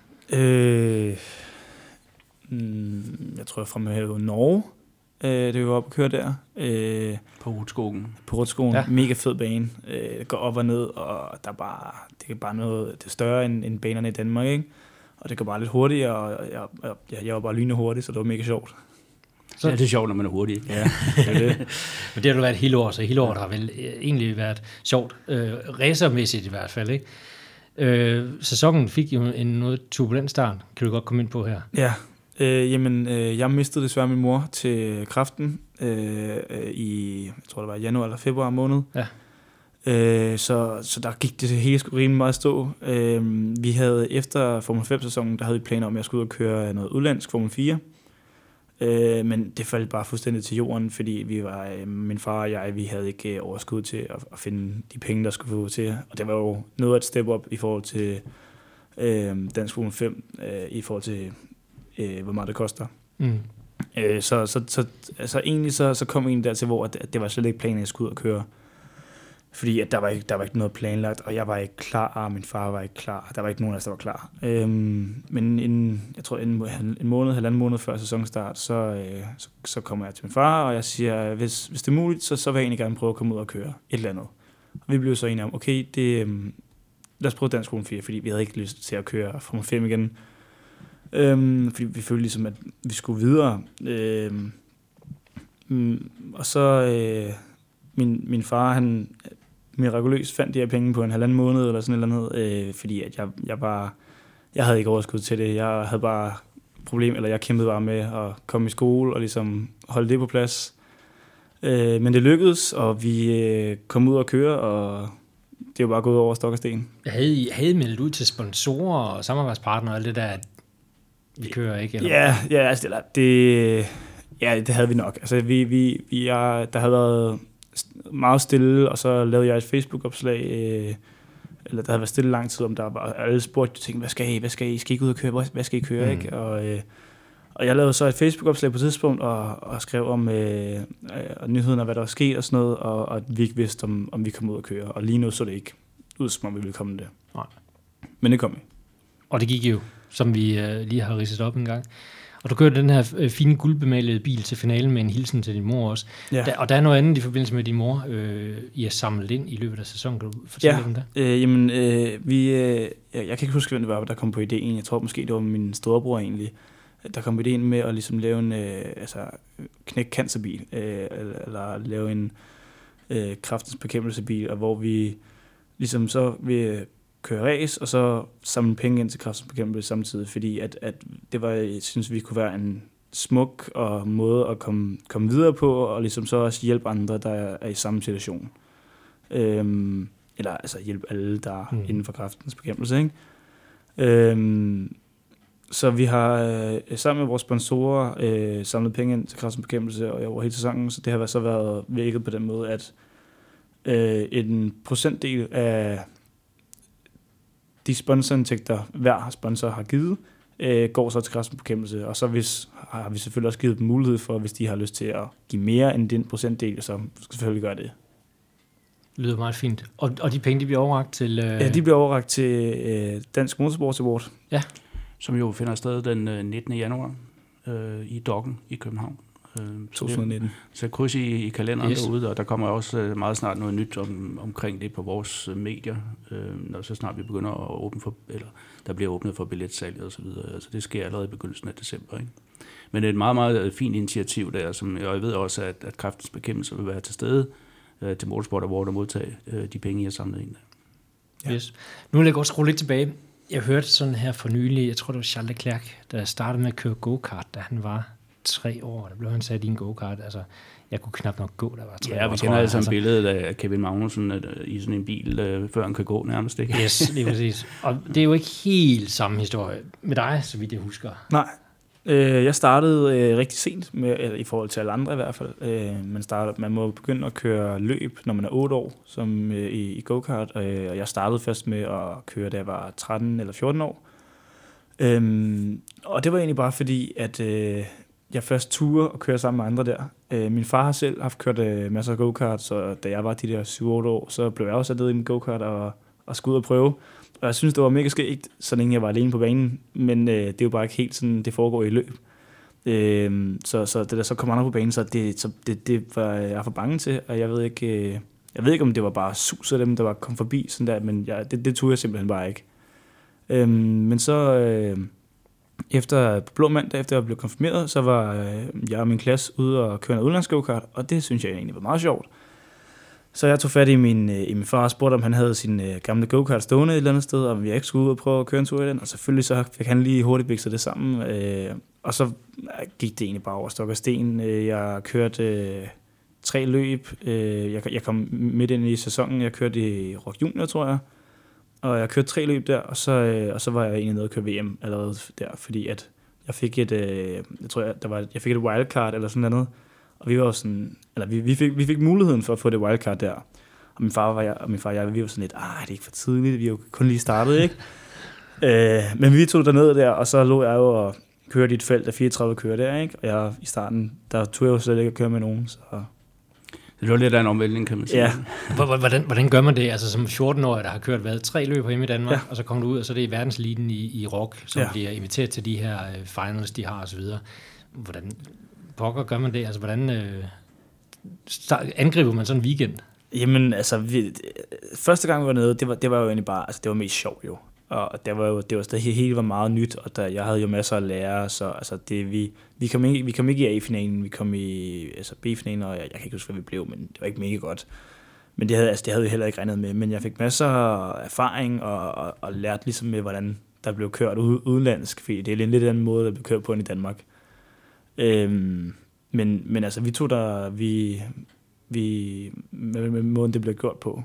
Jeg tror, jeg fremhævede Norge. Det var oppe at køre der. På Rutskogen. På Rutskogen. Ja. Mega fed bane. Går op og ned, og det er bare noget, det er større end banerne i Danmark, ikke? Og det går bare lidt hurtigt, og jeg var bare lynende hurtigt, så det var mega sjovt. Så det er sjovt, når man er hurtig. Ja, det er det. Men det har du været hele år, så hele året har vel egentlig været sjovt. Racermæssigt i hvert fald, ikke? Sæsonen fik jo en noget turbulent start. Kan du godt komme ind på her? Ja. Jeg mistede desværre min mor til kræften i, jeg tror det var januar eller februar måned. Ja. Så der gik det hele sgu rimelig meget stå. Vi havde efter Formel 5-sæsonen, der havde vi planer om, at jeg skulle ud og køre noget udlandsk Formel 4. Men det faldt bare fuldstændig til jorden, fordi min far og jeg, vi havde ikke overskud til at finde de penge, der skulle få til. Og det var jo noget af et step up i forhold til dansk Formel 5, i forhold til hvor meget det koster. Så egentlig så kom vi egentlig dertil, hvor det var slet ikke planen, at jeg skulle ud og køre. Fordi at der var ikke noget planlagt, og jeg var ikke klar, og min far var ikke klar. Der var ikke nogen af os, der var klar. Men jeg tror halvanden måned før sæsonstart, så kommer jeg til min far, og jeg siger, hvis det er muligt, så vil jeg egentlig gerne prøve at komme ud og køre et eller andet. Og vi blev så enige om, okay, lad os prøve dansk Formel 4, fordi vi havde ikke lyst til at køre Formel 5 igen. Fordi vi følte ligesom, at vi skulle videre. Og så min far, han mirakuløst fandt de her penge på en halvanden måned eller sådan et eller andet, fordi at jeg havde ikke overskud til det. Jeg havde bare jeg kæmpede bare med at komme i skole og ligesom holde det på plads. Men det lykkedes, og vi kom ud og køre, og det er jo bare gået over stok og sten. Havde I meldt ud til sponsorer og samarbejdspartnere og alt det der, at vi kører ikke? Eller? Ja, altså det havde vi nok. Altså der havde været meget stille, og så lavede jeg et Facebook-opslag, eller der havde været stille lang tid, om der var alle spurgte, tænkte, hvad skal I? Skal I ikke ud og køre? Hvad skal I køre? Ikke? Og jeg lavede så et Facebook-opslag på et tidspunkt, og skrev om nyheden af, hvad der var sket og sådan noget, og at vi ikke vidste, om vi kom ud og køre. Og lige nu så det ikke ud, som om vi ville komme det. Nej. Men det kom vi. Og det gik jo, som vi lige har ridset op en gang. Og du kørte den her fine guldbemalede bil til finalen med en hilsen til din mor også. Ja. Og der er noget andet i forbindelse med din mor, I har samlet ind i løbet af sæsonen. Kan du fortælle om det? Jeg kan ikke huske, hvem det var, der kom på idéen. Jeg tror måske, det var min storebror egentlig. Der kom idéen med at ligesom lave en knæk cancerbil, eller lave en kræftens bekæmpelsebil, og hvor vi ligesom så vil køre race, og så samle penge ind til kræftens bekæmpelse samtidig, fordi at det var, jeg synes, vi kunne være en smuk og måde at komme videre på, og ligesom så også hjælpe andre, der er i samme situation. Eller altså hjælpe alle, der er inden for kræftens bekæmpelse, ikke? Så vi har sammen med vores sponsorer samlet penge ind til kræftens bekæmpelse og over hele sæsonen, så det har så været vækket på den måde, at en procentdel af de sponsorindtægter, hver sponsor har givet, går så til kræftens bekæmpelse, og så har vi selvfølgelig også givet dem mulighed for, hvis de har lyst til at give mere end den procentdel, så skal selvfølgelig gøre det. Det lyder meget fint. Og de penge, de bliver overrakt til? Ja, de bliver overrakt til Dansk Motorsports Award. Ja. Som jo finder sted den 19. januar i Dokken i København. 2019. Så kryds i kalenderen derude, og der kommer også meget snart noget nyt omkring det på vores medier, når så snart vi begynder at åbne for, eller der bliver åbnet for billetsalg og så videre. Altså det sker allerede i begyndelsen af december, ikke? Men det er et meget, meget fint initiativ der, som jeg ved også, at Kræftens Bekæmpelse vil være til stede til Motorsport Award og modtage de penge, I har samlet ind. Ja. Yes. Nu vil jeg godt skrue lidt tilbage. Jeg hørte sådan her for nylig, jeg tror det var Charles Leclerc, der startede med at køre go-kart, da han var 3 år. Der blev han sat i en go-kart. Altså, jeg kunne knap nok gå, der var 3 år. Ja, vi kender altså et billede af Kevin Magnussen i sådan en bil, før han kan gå nærmest, ikke? Yes, lige præcis. Og det er jo ikke helt samme historie med dig, så vidt jeg husker. Nej. Jeg startede rigtig sent, i forhold til alle andre i hvert fald. Man må begynde at køre løb, når man er 8 år, som i go-kart. Og jeg startede først med at køre, da jeg var 13 eller 14 år. Og det var egentlig bare fordi, at jeg først turde at køre sammen med andre der. Min far har selv haft kørt masser af go-kart, så da jeg var de der 7-8 år, så blev jeg også sat ned i en go-kart og skulle ud og prøve. Og jeg synes, det var mega skægt, så længe jeg var alene på banen, men det er jo bare ikke helt sådan, det foregår i løb. Så det der så kom andre på banen, så det var jeg for bange til, og jeg ved ikke, om det var bare sus af dem, der var kom forbi, sådan der, men det turde jeg simpelthen bare ikke. Men så efter Blå Mandag, efter jeg blev konfirmeret, så var jeg og min klasse ude og køre en udlandsk go-kart, og det synes jeg egentlig var meget sjovt. Så jeg tog fat i min far og spurgte, om han havde sin gamle go-kart stående et eller andet sted, og om jeg ikke skulle ud og prøve at køre en tur i den. Og selvfølgelig så fik han lige hurtigt bikset det sammen. Og så gik det egentlig bare over stok og sten. Jeg kørte 3 løb. Jeg kom midt ind i sæsonen. Jeg kørte i Rock Junior, tror jeg. Og jeg kørte 3 løb der, og så var jeg egentlig nede og køre VM allerede der, fordi at jeg fik jeg fik et wildcard eller sådan noget. Og vi var sådan, eller vi fik muligheden for at få det wildcard der. Og min far og jeg, vi var sådan lidt, det er ikke for tidligt, vi er jo kun lige startet, ikke? Men vi tog derned der, og så lå jeg jo og kørte i et felt af 34 kører der, ikke? Og jeg i starten, der tog jeg jo slet ikke at køre med nogen, så... Det var lidt af en omvæltning, kan man sige. Ja. Hvordan gør man det? Altså som 14-årig, der har kørt 3 løb hjemme i Danmark, ja. Og så kommer du ud, og så er det i verdenseliten i rock, som bliver inviteret til de her finals, de har og så videre. Hvordan pokker gør man det? Altså hvordan angriber man sådan en weekend? Jamen altså, første gang vi var nede, det var jo egentlig bare, altså det var mest sjovt jo. Og det var stadig hele var meget nyt, og jeg havde jo masser at lære, så altså vi kom ikke i A-finalen, vi kom i B-finalen, og jeg kan ikke huske, hvad vi blev, men det var ikke mega godt. Men det havde vi heller ikke regnet med, men jeg fik masser af erfaring og lærte ligesom med, hvordan der blev kørt udenlandsk, fordi det er en lidt anden måde, der blev kørt på end i Danmark. Men altså, vi tog der, med måden, det blev gjort på.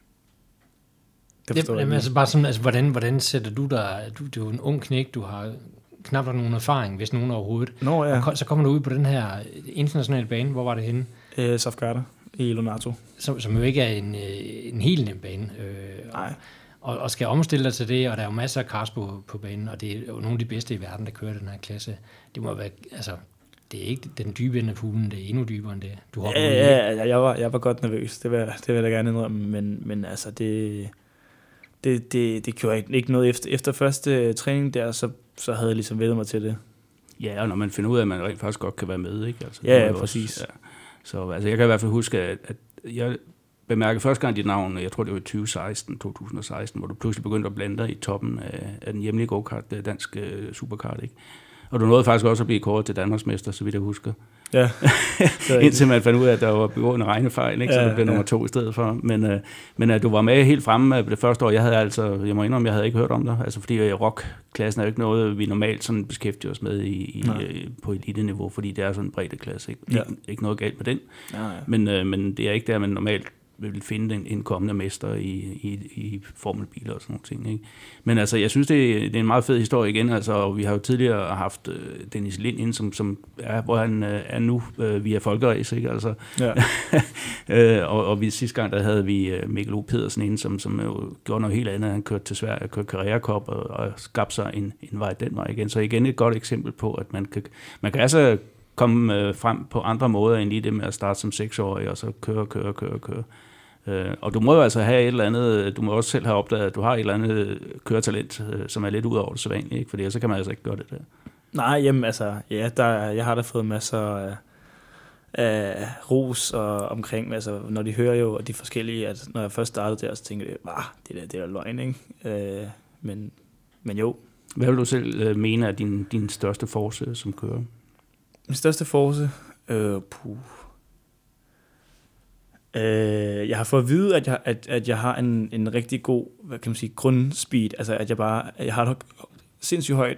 Altså bare sådan, altså, hvordan sætter du dig, du er jo en ung knæk, du har knap nok nogen erfaring, hvis nogen overhovedet. Nå, ja. Og så kommer du ud på den her internationale bane, hvor var det henne? Safgarda i Lonato. Som jo ikke er en helt nem bane. Nej. Og skal omstille dig til det, og der er jo masser af cars på banen, og det er jo nogle af de bedste i verden, der kører den her klasse. Det må være, altså, det er ikke den dybe ende af poolen, det er endnu dybere end det. Du hopper jeg var godt nervøs, det vil jeg gerne indrømme, men altså, det gjorde ikke noget efter første træning der, så havde jeg ligesom vendt mig til det. Ja, og når man finder ud af, at man rent faktisk godt kan være med, ikke? Altså, ja, præcis. Også, ja. Så altså, jeg kan i hvert fald huske, at jeg bemærkede første gang dit navn, jeg tror det var i 2016, hvor du pludselig begyndte at blande dig i toppen af den hjemlige go-kart, dansk superkart, ikke? Og du nåede faktisk også at blive kåret til Danmarksmester, så vidt jeg husker. Ja. Indtil man fandt ud af, at der var begået en regnefejl, ikke? Så det blev nummer 2 i stedet for. Men at du var med helt fremme det første år, jeg må indrømme, jeg havde ikke hørt om dig, altså fordi rockklassen er jo ikke noget, vi normalt sådan beskæftiger os med på elite-niveau, fordi det er sådan en breddeklasse, ikke? Ja. Ikke noget galt med den. Ja. Men det er ikke der, man normalt vil finde en kommende mester i formelbiler og sådan nogle ting, ikke? Men altså, jeg synes, det er en meget fed historie igen, altså, vi har jo tidligere haft Dennis Lind ind, som er, hvor han er nu via Folkerace, ikke? Altså, ja. og vi sidste gang, der havde vi Mikkel O. Pedersen ind, som jo gjorde noget helt andet. Han kørte til Sverige, kørte Carrera Cup og skabte sig en vej den vej igen. Så igen et godt eksempel på, at man kan altså komme frem på andre måder end lige det med at starte som 6-årig og så køre. Og du må jo altså have et eller andet, du må også selv have opdaget, at du har et eller andet køretalent, som er lidt ud over det sædvanlige, ikke? Fordi så kan man altså ikke gøre det der. Nej, jamen altså, ja, jeg har da fået masser ros og omkring, altså når de hører jo de forskellige, at når jeg først startede der, så tænkte jeg, det er løgn, ikke? Men jo. Hvad vil du selv mene er din største force som kører? Min største force? Jeg har fået at vide, at jeg har en rigtig god, hvad kan man sige, grundspeed, altså at jeg har et sindssygt højt,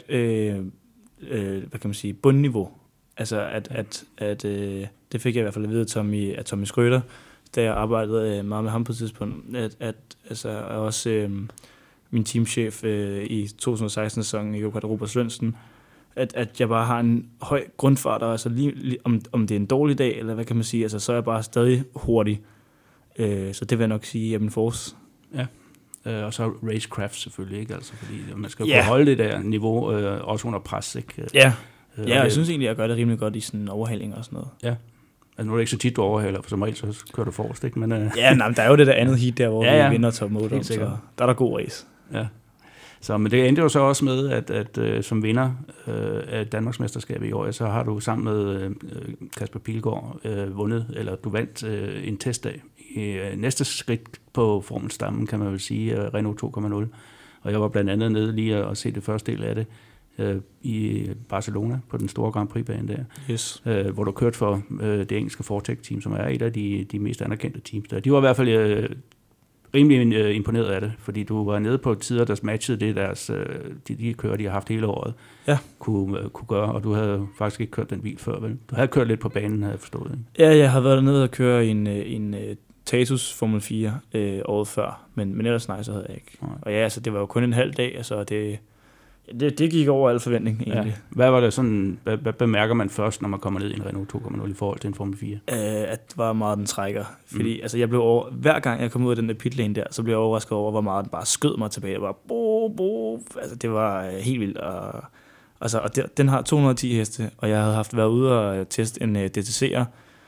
hvad kan man sige, bundniveau. Altså at det fik jeg i hvert fald at vide af Tommy Schrøder, da jeg arbejdede meget med ham på et tidspunkt, altså også min teamchef i 2016-sæsonen i Robert Svendsen, at jeg bare har en høj grundfart, og altså lige om det er en dårlig dag, eller hvad kan man sige, altså så er jeg bare stadig hurtig. Så det vil jeg nok sige er min force. Ja, og så racecraft selvfølgelig, ikke? Altså, fordi man skal kunne holde det der niveau, også under pres, ikke? Ja, jeg synes egentlig, at jeg gør det rimelig godt i sådan overhaling og sådan noget. Ja, altså nu er det ikke så tit, du overhaler, for som regel så kører du forrest, ikke? Men, men der er jo det der andet heat der, hvor vi vinder top motor, så der er der god race. Ja. Så, men det endte jo så også med, at som vinder af Danmarksmesterskabet i år, så har du sammen med Kasper Pilgaard vundet, eller du vandt en testdag i næste skridt på formelstammen, kan man vel sige, Renault 2.0. Og jeg var blandt andet nede lige og se det første del af det i Barcelona på den store Grand Prix-bane der, yes. Hvor du kørte for det engelske Fortec-team, som er et af de mest anerkendte teams der. De var i hvert fald rimelig imponeret af det, fordi du var nede på tider, der matchede det, de kører, de har haft hele året, kunne gøre, og du havde faktisk ikke kørt den bil før, vel? Du havde kørt lidt på banen, havde jeg forstået, ikke? Ja, jeg har været nede og køre en Tatus Formel 4 året før, men ellers nej, så havde jeg ikke. Nej. Og ja, altså, det var jo kun en halv dag, altså det gik over al forventning, egentlig. Ja. Hvad var det sådan, hvad bemærker man først, når man kommer ned i en Renault 2.0 i forhold til en Formel 4? At det var meget, den trækker. Fordi altså, jeg blev hver gang jeg kom ud af den der pitlane der, så blev jeg overrasket over, hvor meget den bare skød mig tilbage. Altså, det var helt vildt. Og den har 210 heste, og jeg havde været ude og teste en DTC'er,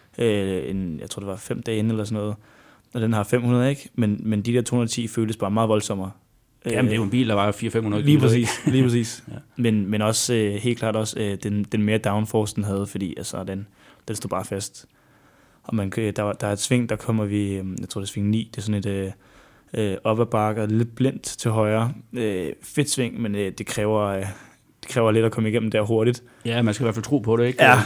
jeg tror det var 5 dage inden eller sådan noget, og den har 500, ikke? Men de der 210 føltes bare meget voldsommere. Jamen, det er jo en bil, der var 400-500 kilo. Lige præcis. Ja. Men også helt klart også den mere downforce, den havde, fordi altså, den stod bare fast. Og der er et sving, der kommer vi, jeg tror det er sving 9, det er sådan et op ad bakke, lidt blindt til højre. Fedt sving, men det kræver lidt at komme igennem der hurtigt. Ja, man skal i hvert fald tro på det, ikke? Ja.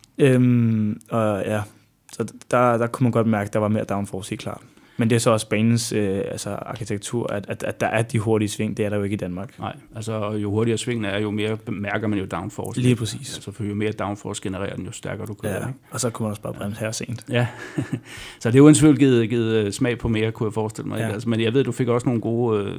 Og ja, så der kunne man godt mærke, at der var mere downforce, helt klart. Men det er så også banens arkitektur, at der er de hurtige sving, det er der jo ikke i Danmark. Nej, altså jo hurtigere svingen er, jo mere mærker man jo downforce. Lige præcis. Altså for jo mere downforce genererer den, jo stærkere du kører. Ja, ikke? Og så kunne man også bare bremse her sent. Ja, så det er jo selvfølgelig givet smag på mere, kunne jeg forestille mig. Ja. Altså, men jeg ved, du fik også nogle gode,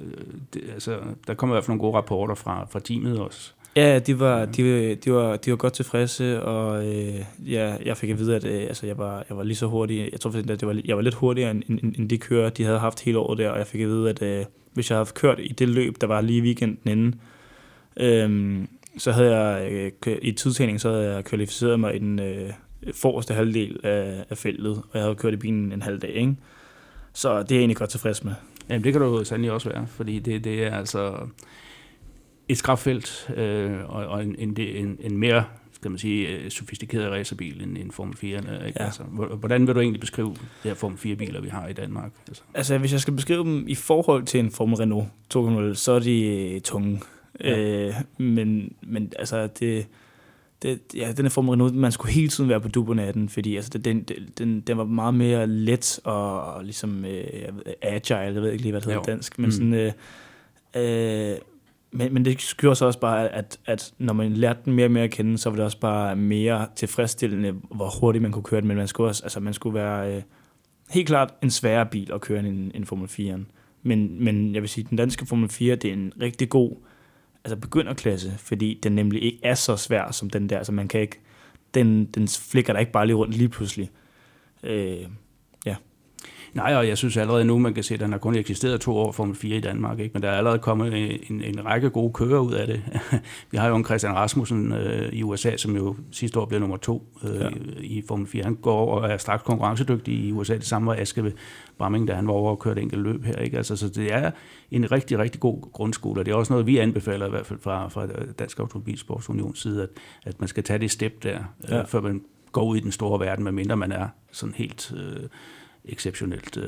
der kom i hvert fald nogle gode rapporter fra teamet også. Ja, de var godt tilfredse, og jeg fik at vide, at jeg var lige så hurtig. Jeg tror at jeg var lidt hurtigere end de kører, de havde haft hele året der, og jeg fik at vide, at hvis jeg havde kørt i det løb, der var lige weekenden inden, så havde jeg i tidstagning, så havde jeg kvalificeret mig i den forreste halvdel af feltet, og jeg havde kørt i bilen en halv dag, ikke? Så det er jeg egentlig godt tilfreds med. Jamen, det kan du sandelig også være, fordi det er altså et skrabfelt og en mere, skal man sige, sofistikeret racerbil end en Formel 4. Ikke? Ja. Altså, hvordan vil du egentlig beskrive de her Formel 4-biler, vi har i Danmark? Altså, hvis jeg skal beskrive dem i forhold til en Formel Renault 2.0, så er de tunge. Ja. Men altså, den her Formel Renault, man skulle hele tiden være på dupperne af den, fordi altså, den var meget mere let og ligesom agile, jeg ved ikke lige, hvad det hedder dansk, men sådan Men det gjorde så også bare, at når man lærte den mere og mere at kende, så var det også bare mere tilfredsstillende, hvor hurtigt man kunne køre den. Men man skulle også, altså man skulle være helt klart en sværere bil at køre en Formel 4'en. Men jeg vil sige, at den danske Formel 4, det er en rigtig god begynderklasse, fordi den nemlig ikke er så svær som den der. Så man kan ikke, den flikker der ikke bare lige rundt lige pludselig. Nej, og jeg synes allerede nu, man kan se, at den har kun eksisteret 2 år Formel 4 i Danmark, ikke? Men der er allerede kommet en række gode kører ud af det. Vi har jo en Christian Rasmussen i USA, som jo sidste år blev nummer 2 i Formel 4. Han går over og er straks konkurrencedygtig i USA. Det samme var Aske Bramming, da han var over og kørte enkelt løb her, ikke? Altså, så det er en rigtig, rigtig god grundskole, og det er også noget, vi anbefaler i hvert fald fra Dansk Automobilsports Unions side, at man skal tage det step der, før man gå ud i den store verden, medmindre man er sådan helt exceptionelt.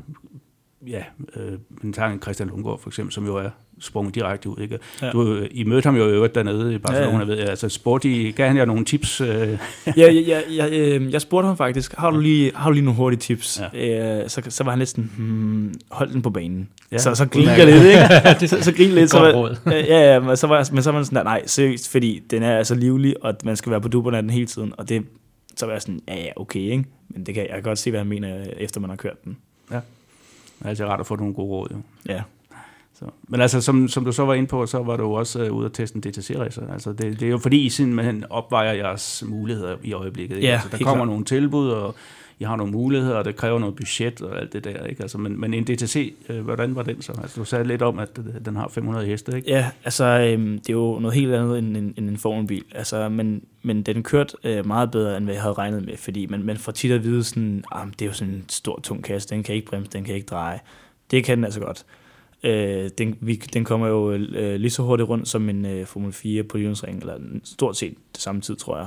Man tager en Christian Lundgaard for eksempel, som jo er sprunget direkte ud. Ikke? Ja. I mødte ham jo i øvrigt dernede i Barcelona, ved jeg. Altså gav han jer nogle tips? Jeg spurgte ham faktisk, har du lige nogle hurtige tips? Ja. Så var han lidt sådan, hold den på banen. Ja, så griner jeg lidt, ikke? så griner lidt. Men så var man sådan, nej, seriøst, fordi den er altså livlig, og man skal være på dupperne af den hele tiden, og det, så var jeg sådan, okay, ikke? Men jeg kan godt se, hvad han mener, efter man har kørt den. Ja. Det er altid rart at få nogle gode råd, jo. Ja. Så. Men altså, som du så var inde på, så var du jo også ude at teste en DTC-racer. Altså, det er jo fordi, I simpelthen opvejer jeres muligheder i øjeblikket. Ikke? Ja, altså, der kommer nogle tilbud, og I har nogle muligheder, og det kræver noget budget og alt det der. Ikke? Altså, men en DTC, hvordan var den så? Altså, du sagde lidt om, at den har 500 heste, ikke? Ja, altså, det er jo noget helt andet end en formelbil. Altså, men den kørte meget bedre, end hvad jeg havde regnet med, fordi man får tit at vide sådan, det er jo sådan en stor, tung kasse, den kan ikke bremse, den kan ikke dreje. Det kan den altså godt. Den kommer jo lige så hurtigt rundt som en Formel 4 på hjulsring, eller stort set det samme tid, tror jeg.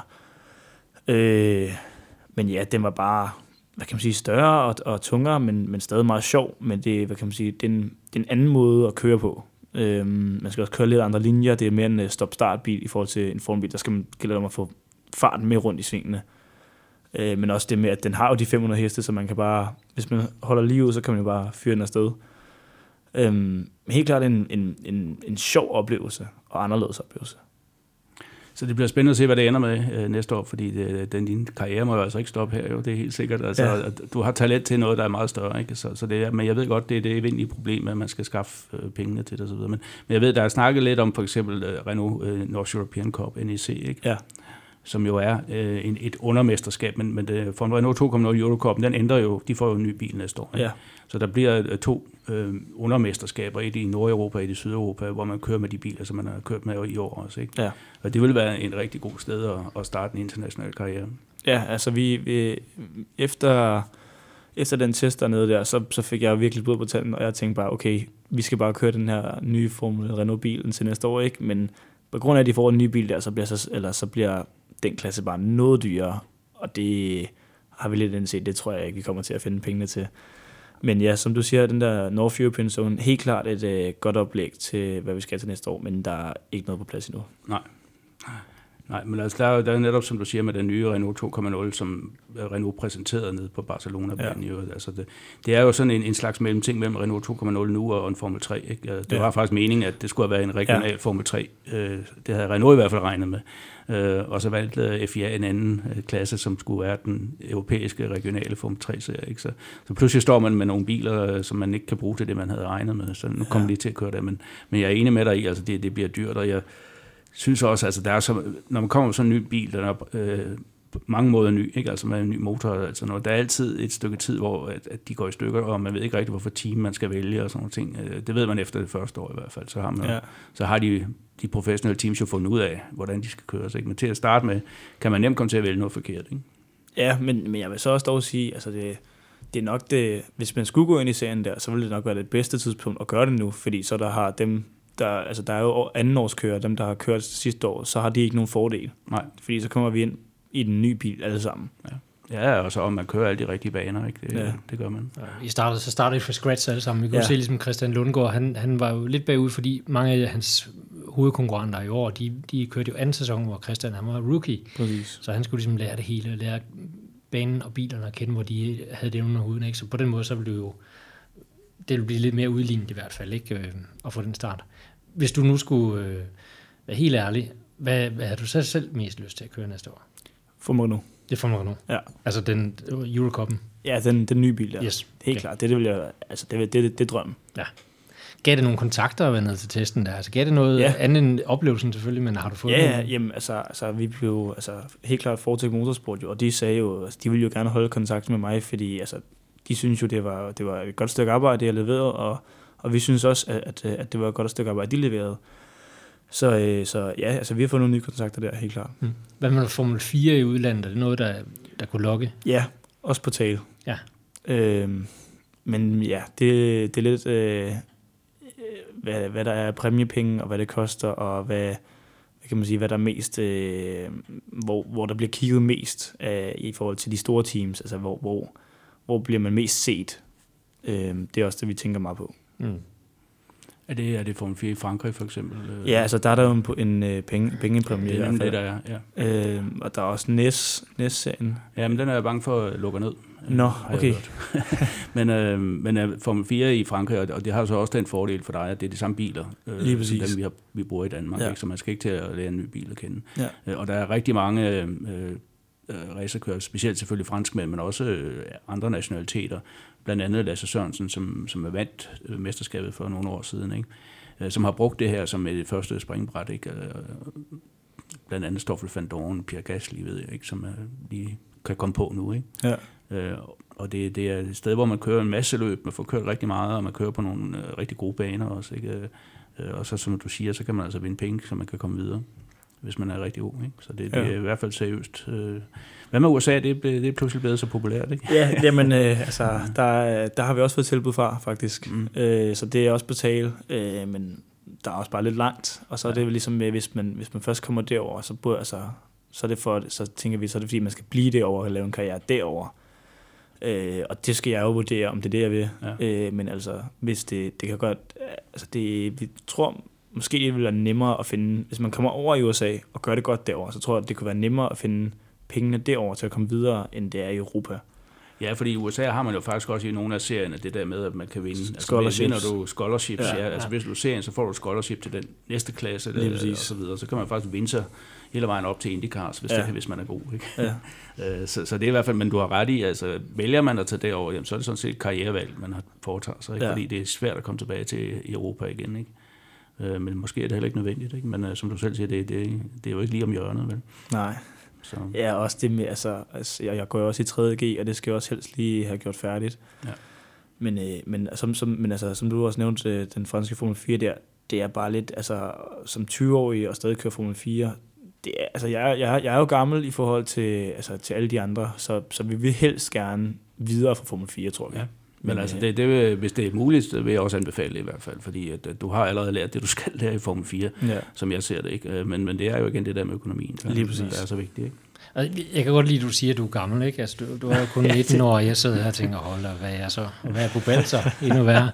Men ja, den var bare, hvad kan man sige, større og tungere, men stadig meget sjov. Men det, hvad kan man sige, det er en anden måde at køre på. Man skal også køre lidt andre linjer. Det er mere en stop-start-bil i forhold til en formbil. Der skal man gælde om at få farten med rundt i svingene. Men også det med, at den har jo de 500 heste, så man kan bare, hvis man holder lige ud, så kan man jo bare fyre den afsted. Helt klart en sjov oplevelse og anderledes oplevelse. Så det bliver spændende at se, hvad det ender med næste år, fordi din karriere må jo altså ikke stoppe her, jo. Det er helt sikkert. Altså, ja. Du har talent til noget, der er meget større, ikke? Så det er, men jeg ved godt, det er det evindelige problem, at man skal skaffe pengene til det og så videre. Men jeg ved, der er snakket lidt om for eksempel Renault North European Cup, NEC, ikke? Ja. Som jo er et undermesterskab, men for Renault 2.0 Eurocup, den ændrer jo, de får jo en ny bil næste år. Ja. Så der bliver 2 undermesterskaber, et i Nordeuropa og et i Sydeuropa, hvor man kører med de biler, som man har kørt med i år også. Ikke? Ja. Og det vil være en rigtig god sted at starte en international karriere. Ja, altså vi efter den test dernede der, så fik jeg virkelig blod på tanden, og jeg tænkte bare, okay, vi skal bare køre den her nye Formel Renault-bilen til næste år, ikke? Men på grund af, at de får en ny bil der, så bliver den klasse bare noget dyrere, og det har vi lidt indset, det tror jeg ikke, vi kommer til at finde pengene til. Men ja, som du siger, den der North European Zone, helt klart et godt oplæg til, hvad vi skal til næste år, men der er ikke noget på plads endnu. Nej, men altså, der er netop, som du siger, med den nye Renault 2.0, som Renault præsenterede nede på Barcelona-banen. Ja. Altså det er jo sådan en slags mellemting mellem Renault 2.0 nu og en Formel 3. Ikke? Det var faktisk meningen, at det skulle have været en regional Formel 3. Det havde Renault i hvert fald regnet med. Og så valgte FIA en anden klasse, som skulle være den europæiske regionale Formel 3-serie. Ikke? Så pludselig står man med nogle biler, som man ikke kan bruge til det, man havde regnet med. Så nu kommer de til at køre det. Men jeg er enig med dig i, altså det bliver dyrt, og jeg synes også, altså der er så, når man kommer med sådan en ny bil, den er på mange måder ny, ikke? Altså med en ny motor, altså noget. Der er altid et stykke tid, hvor at de går i stykker, og man ved ikke rigtig, hvorfor team man skal vælge og sådan nogle ting. Det ved man efter det første år i hvert fald. Så har de professionelle teams jo fundet ud af, hvordan de skal køre sig. Men til at starte med, kan man nemt komme til at vælge noget forkert, ikke? Ja, men jeg vil så også dog sige, altså det er nok det, hvis man skulle gå ind i serien der, så ville det nok være det bedste tidspunkt at gøre det nu, fordi så der har dem, der er jo andenårskører, dem der har kørt sidste år, så har de ikke nogen fordel. Nej. Fordi så kommer vi ind i den nye bil alle sammen. Ja, og så om man kører alle de rigtige baner, ikke? Det gør man. Ja, så startede fra scratch alle sammen. Vi kunne se ligesom Christian Lundgaard, han var jo lidt bagud, fordi mange af hans hovedkonkurrenter i år, de kørte jo anden sæson, hvor Christian han var rookie. Præcis. Så han skulle ligesom lære det hele, lære banen og bilerne at kende, hvor de havde det under huden, ikke? Så på den måde, så ville det ville blive lidt mere udlignet i hvert fald, ikke? At få den start. Hvis du nu skulle være helt ærlig, hvad havde du selv mest lyst til at køre næste år? Formel Renault. Det er Formel Renault? Ja. Altså den Eurocuppen? Ja, den nye bil der. Yes. Helt klart. Det vil jeg, altså det er drømmen. Ja. Gav det nogle kontakter at være nede til testen der? Altså gav det noget andet end oplevelsen selvfølgelig, men har du fået noget? Jamen altså vi blev helt klart Fortec Motorsport jo, og de sagde jo, altså, de ville jo gerne holde kontakt med mig, fordi altså de synes jo, det var et godt stykke arbejde, det jeg leverede, og vi synes også, at det var et godt stykke arbejde, de leverede. Så ja, altså vi har fået nogle nye kontakter der, helt klart. Hvad med Formel 4 i udlandet? Er det noget, der kunne lokke? Ja, også på tale. Ja. Men ja, det er lidt, hvad der er præmiepenge, og hvad det koster, og hvad kan man sige, hvad der er mest, hvor der bliver kigget mest i forhold til de store teams, altså hvor bliver man mest set. Det er også det, vi tænker meget på. Mm. Er det Formel 4 i Frankrig for eksempel? Ja, altså der er der jo en pengepræmie. Det er det, der er, ja. Og der er også NES-serien. Ja, men den er jeg bange for at lukke ned. Nå, okay. men Formel 4 i Frankrig, og det har så også den fordel for dig, at det er de samme biler, som dem vi bruger i Danmark, ikke? Så man skal ikke til at lære en ny bil at kende. Ja. Og der er rigtig mange racerkører, specielt selvfølgelig franskmænd, men også andre nationaliteter, blandt andet Lasse Sørensen, som er vandt mesterskabet for nogle år siden, ikke? Som har brugt det her som et første springbræt, ikke? Blandt andet Stoffel van Dorn, Pierre Gasly, ved jeg ikke, som lige kan komme på nu, ikke? Ja. Og det er et sted, hvor man kører en masse løb, man får kørt rigtig meget, og man kører på nogle rigtig gode baner også, ikke? Og så, som du siger, så kan man altså vinde penge, så man kan komme videre, hvis man er rigtig god, ikke? Så det er i hvert fald seriøst. Hvad med USA? Det er pludselig blevet så populært, ikke? Ja, jamen, altså, der har vi også fået tilbud fra, faktisk. Så det er også på tale, men der er også bare lidt langt. Og så er det ligesom, hvis man først kommer derover, så tænker vi, så er det fordi, man skal blive derovre og lave en karriere derover. Og det skal jeg jo vurdere, om det er det, jeg vil. Ja. Men altså, hvis det kan godt... Altså, vi tror måske, det vil være nemmere at finde... Hvis man kommer over i USA og gør det godt derovre, så tror jeg, det kunne være nemmere at finde pengene derover til at komme videre, end det er i Europa. Ja, fordi i USA har man jo faktisk også i nogle af serierne det der med, at man kan vinde. Altså, vinder du scholarships, altså hvis du serien, så får du et scholarship til den næste klasse, og så videre. Så kan man faktisk vinde sig hele vejen op til IndyCars, hvis man er god. Ikke? Ja. så det er i hvert fald, men du har ret i, altså vælger man at tage derover, jamen, så er det sådan set et karrierevalg, man har foretaget sig, ikke? Fordi det er svært at komme tilbage til Europa igen, ikke? Men måske er det heller ikke nødvendigt, ikke? Men som du selv siger, det er jo ikke lige om hjørnet, vel? Nej. Så. Ja, også det med, altså jeg går jo også i 3.G, og det skal jeg også helst lige have gjort færdigt. Ja. Men som du også nævnte, den franske Formel 4 der, det er bare lidt, altså som 20-årig og stadig kører Formel 4, det er, altså jeg er jo gammel i forhold til alle de andre, så vi vil helst gerne videre fra Formel 4, tror jeg. Ja. Men altså, hvis det er muligt, så vil jeg også anbefale det i hvert fald, fordi at du har allerede lært det, du skal lære i Formel 4, som jeg ser det, ikke? Men det er jo igen det der med økonomien, lige præcis. Det er så vigtigt, ikke? Jeg kan godt lide, at du siger, at du er gammel, ikke? Altså, du er jo kun 19 år, og jeg sidder her og tænker, hold da, hvad er jeg så? Hvad er Bubal så? Endnu værre.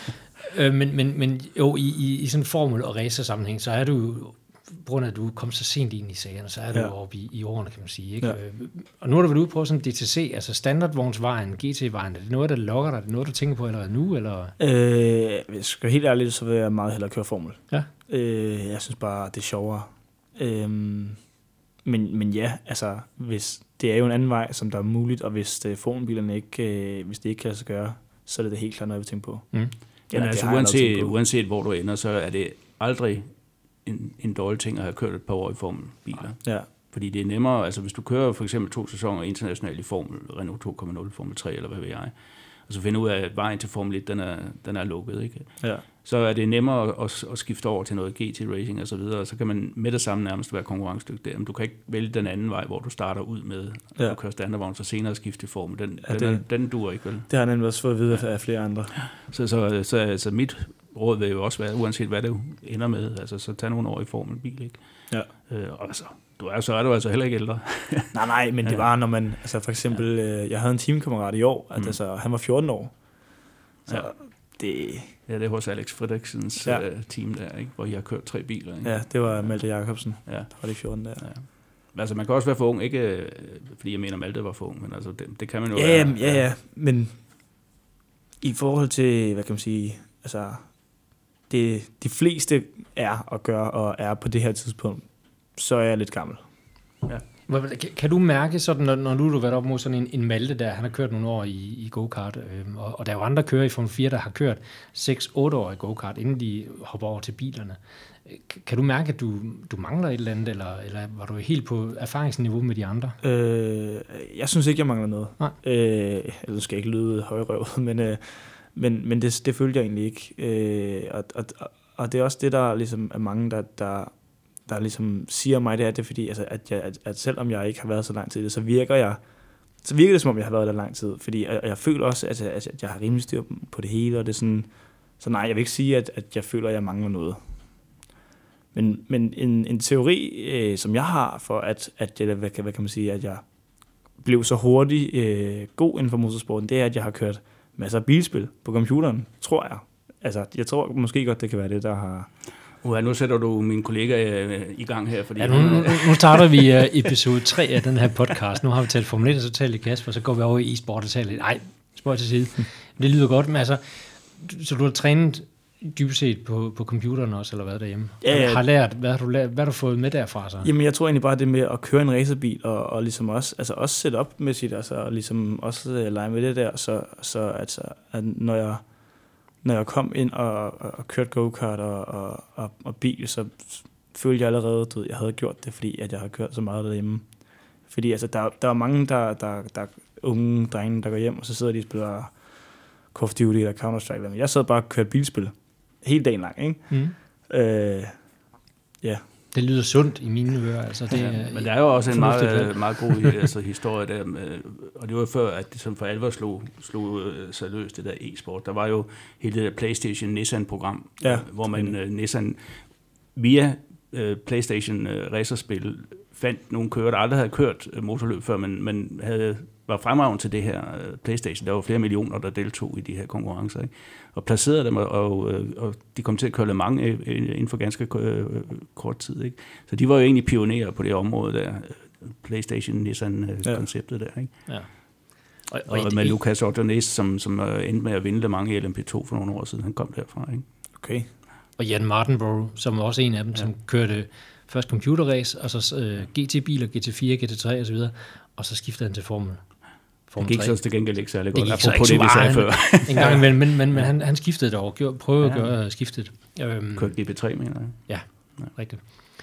Men jo, i sådan en formel- og racer-sammenhæng, så er du jo, på grund af, at du kom så sent ind i sagerne, så er du jo oppe i årene, kan man sige. Ikke? Ja. Og nu har du været ude på sådan DTC, altså standardvognsvejen, GT-vejen. Er det noget, der lokker dig? Er det noget, du tænker på allerede nu? Eller? Hvis jeg skal helt ærligt, så vil jeg meget hellere køre formel. Ja. Jeg synes bare, det er sjovere. Men ja, altså, hvis det er jo en anden vej, som der er muligt, og hvis formelbilerne ikke, hvis det ikke kan lade sig gøre, så er det helt klart noget, jeg vil tænke på. Men altså, uanset hvor du ender, så er det aldrig en dårlig ting at have kørt et par år i formelbiler. Ja. Fordi det er nemmere, altså hvis du kører for eksempel 2 sæsoner internationalt i Formel, Renault 2.0, Formel 3 eller hvad ved jeg, og så finder ud af, at vejen til Formel 1, den er lukket, ikke? Ja. Så er det nemmere at skifte over til noget GT-racing og så videre, og så kan man med det samme nærmest være konkurrencedygtig der. Men du kan ikke vælge den anden vej, hvor du starter ud med at køre standardvogn, så senere skifte til Formel. Den duer ikke, vel? Det har nemlig også fået at vide af flere andre. Så mit råd vil jo også være, uanset hvad det ender med, altså så tag nogle år i formelbil, ikke? Ja. Og så er du altså heller ikke ældre. nej, men det var, når man, altså for eksempel, jeg havde en teamkammerat i år, at altså, han var 14 år. Så det... Ja, det er hos Alex Fredriksens team der, ikke? Hvor I har kørt 3 biler, ikke? Ja, det var Malte Jacobsen, der var de 14 der. Ja. Altså, man kan også være for ung, ikke fordi jeg mener, Malte var for ung, men altså, det kan man jo være. Ja, men i forhold til, hvad kan man sige, altså, de fleste er og gør og er på det her tidspunkt, så er jeg lidt gammel. Ja. Kan du mærke sådan, når du har været op mod sådan en Malte der, han har kørt nogle år i go-kart, og der er jo andre kører i Formel 4, der har kørt 6-8 år i go-kart, inden de hopper over til bilerne. Kan du mærke, at du mangler et eller andet, eller var du helt på erfaringsniveau med de andre? Jeg synes ikke, jeg mangler noget. Eller skal jeg ikke lyde højrøvet, men det følte jeg egentlig ikke. Og det er også det, der ligesom er mange, der ligesom siger mig, det er fordi, altså, at selvom jeg ikke har været så lang tid i det, så virker det, som om jeg har været der lang tid. Fordi jeg føler også, at jeg har rimelig styr på det hele, og det er sådan, så nej, jeg vil ikke sige, at jeg føler, at jeg mangler noget. Men en teori, som jeg har for, at hvad kan man sige, at jeg blev så hurtigt god inden for motorsporten, det er, at jeg har kørt masser af bilspil på computeren, tror jeg. Altså, jeg tror måske godt, det kan være det, der har... Nu sætter du min kollega i gang her, fordi... Ja, nu starter vi episode 3 af den her podcast. Nu har vi talt Formel 1, så taler Kasper, så går vi over i e-sport og taler lidt. Nej, spøj til side. Det lyder godt, men altså... Så du har trænet dybest set på computeren også, eller hvad derhjemme? Ja. Hvad har du fået med derfra så? Jamen, jeg tror egentlig bare, det med at køre en racerbil, og ligesom også setup-mæssigt, altså ligesom også lege med det der, så altså, at når jeg kom ind og kørte go-kart og bil, så følte jeg allerede, at jeg havde gjort det, fordi at jeg har kørt så meget derhjemme. Fordi altså, der er mange, der unge drenge, der går hjem, og så sidder de og spiller Call of Duty eller Counter-Strike. Jeg sad bare og kørte bilspil hele dagen lang, ikke? Mm. Ja. Det lyder sundt i mine ører. Altså, men der er jo også en meget god historie der, og det var før, at det som for alvor slog sig løs, det der e-sport. Der var jo hele det der PlayStation Nissan-program, hvor man Nissan via PlayStation racerspil fandt nogle kører, der aldrig havde kørt motorløb før, men var fremragende til det her PlayStation. Der var flere millioner, der deltog i de her konkurrencer, ikke? Og placerede dem, og de kom til at køre Le Mans inden for ganske kort tid, ikke? Så de var jo egentlig pionerer på det område der, PlayStation Nissan-konceptet der, ikke? Ja. Og med Lucas Ordonez, som endte med at vinde Le Mans i LMP2 for nogle år siden, han kom derfra, ikke? Okay. Og Jan Mardenborough, som var også en af dem, som kørte først computerrace, og så GT-biler, GT4, GT3 osv., og så skiftede han til Formel 3. Det gik så til gengæld ikke særlig godt. Det gik så ikke så meget en gang imellem, men han skiftede det over, prøvede at gøre skiftet. Kørte GP3, mener jeg. Ja, rigtigt.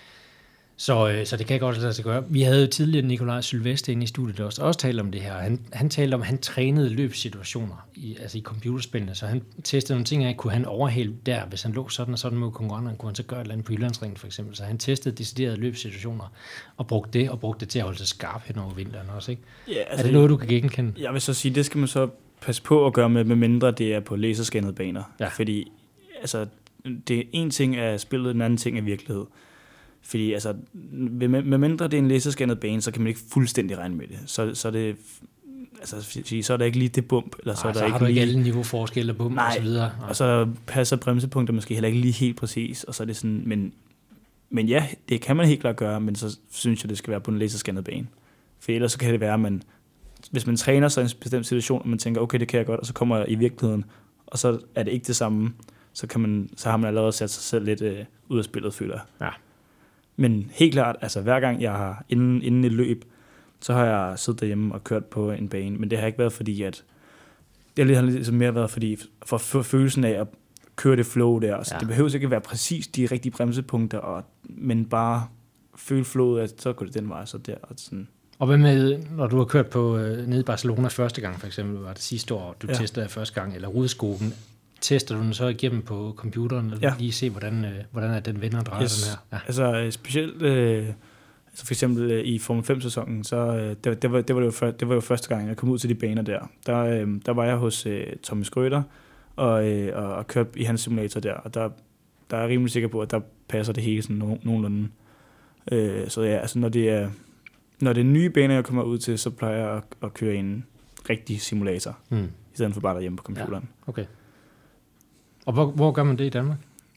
Så det kan godt lade sig gøre. Vi havde jo tidligere Nikolaj Sylvester inde i studiet, der også talt om det her. Han talte om, at han trænede løbssituationer i computerspillene, så han testede nogle ting af, kunne han overhale der, hvis han lå sådan og sådan med konkurrenterne, kunne han så gøre et eller andet på Jyllandsringen for eksempel. Så han testede deciderede løbssituationer og brugte det til at holde sig skarp hen over vinteren også, ikke? Ja, altså, er det noget, du kan genkende? Jeg vil så sige, det skal man så passe på at gøre med mindre det er på laserscannede baner. Ja. Fordi altså, det er en ting af spillet, en anden ting af virkelighed. Fordi altså, med mindre det er en laserscannet bane, så kan man ikke fuldstændig regne med det. Så er det, altså, så er der ikke lige det bump. Eller så, er der så ikke har du ikke alle niveauforskelle bump og så videre. Og så passer bremsepunkter måske heller ikke lige helt præcis. Og så er det sådan, men ja, det kan man helt klart gøre, men så synes jeg, det skal være på en laserscannet bane. For ellers så kan det være, at hvis man træner sig i en bestemt situation, og man tænker, okay, det kan jeg godt, og så kommer jeg i virkeligheden, og så er det ikke det samme, så har man allerede sat sig selv lidt ud af spillet, føler jeg. Ja. Men helt klart, altså hver gang jeg har inden et løb, så har jeg siddet derhjemme og kørt på en bane, men det har ikke været fordi, at det har ligesom mere været fordi, for følelsen af at køre det flow der, så det behøver ikke være præcis de rigtige bremsepunkter, men bare føle flowet, at så går det den vej, så der, og sådan. Og hvad med, når du har kørt på nede i Barcelona første gang, for eksempel, var det sidste år, du testede første gang, eller Rudeskogen, tester du den så igennem på computeren, og lige se, hvordan er den vender og drejer den her? Ja. Altså specielt, altså for eksempel i Formel 5-sæsonen, så det var jo første gang, jeg kom ud til de baner der. Der var jeg hos Tommy Schrøder og kørte i hans simulator der, og der er jeg rimelig sikker på, at der passer det hele sådan nogenlunde. Så ja, altså når det er nye baner, jeg kommer ud til, så plejer jeg at køre i en rigtig simulator, i stedet for bare derhjemme på computeren. Ja, okay. Og hvor gør man det i Danmark?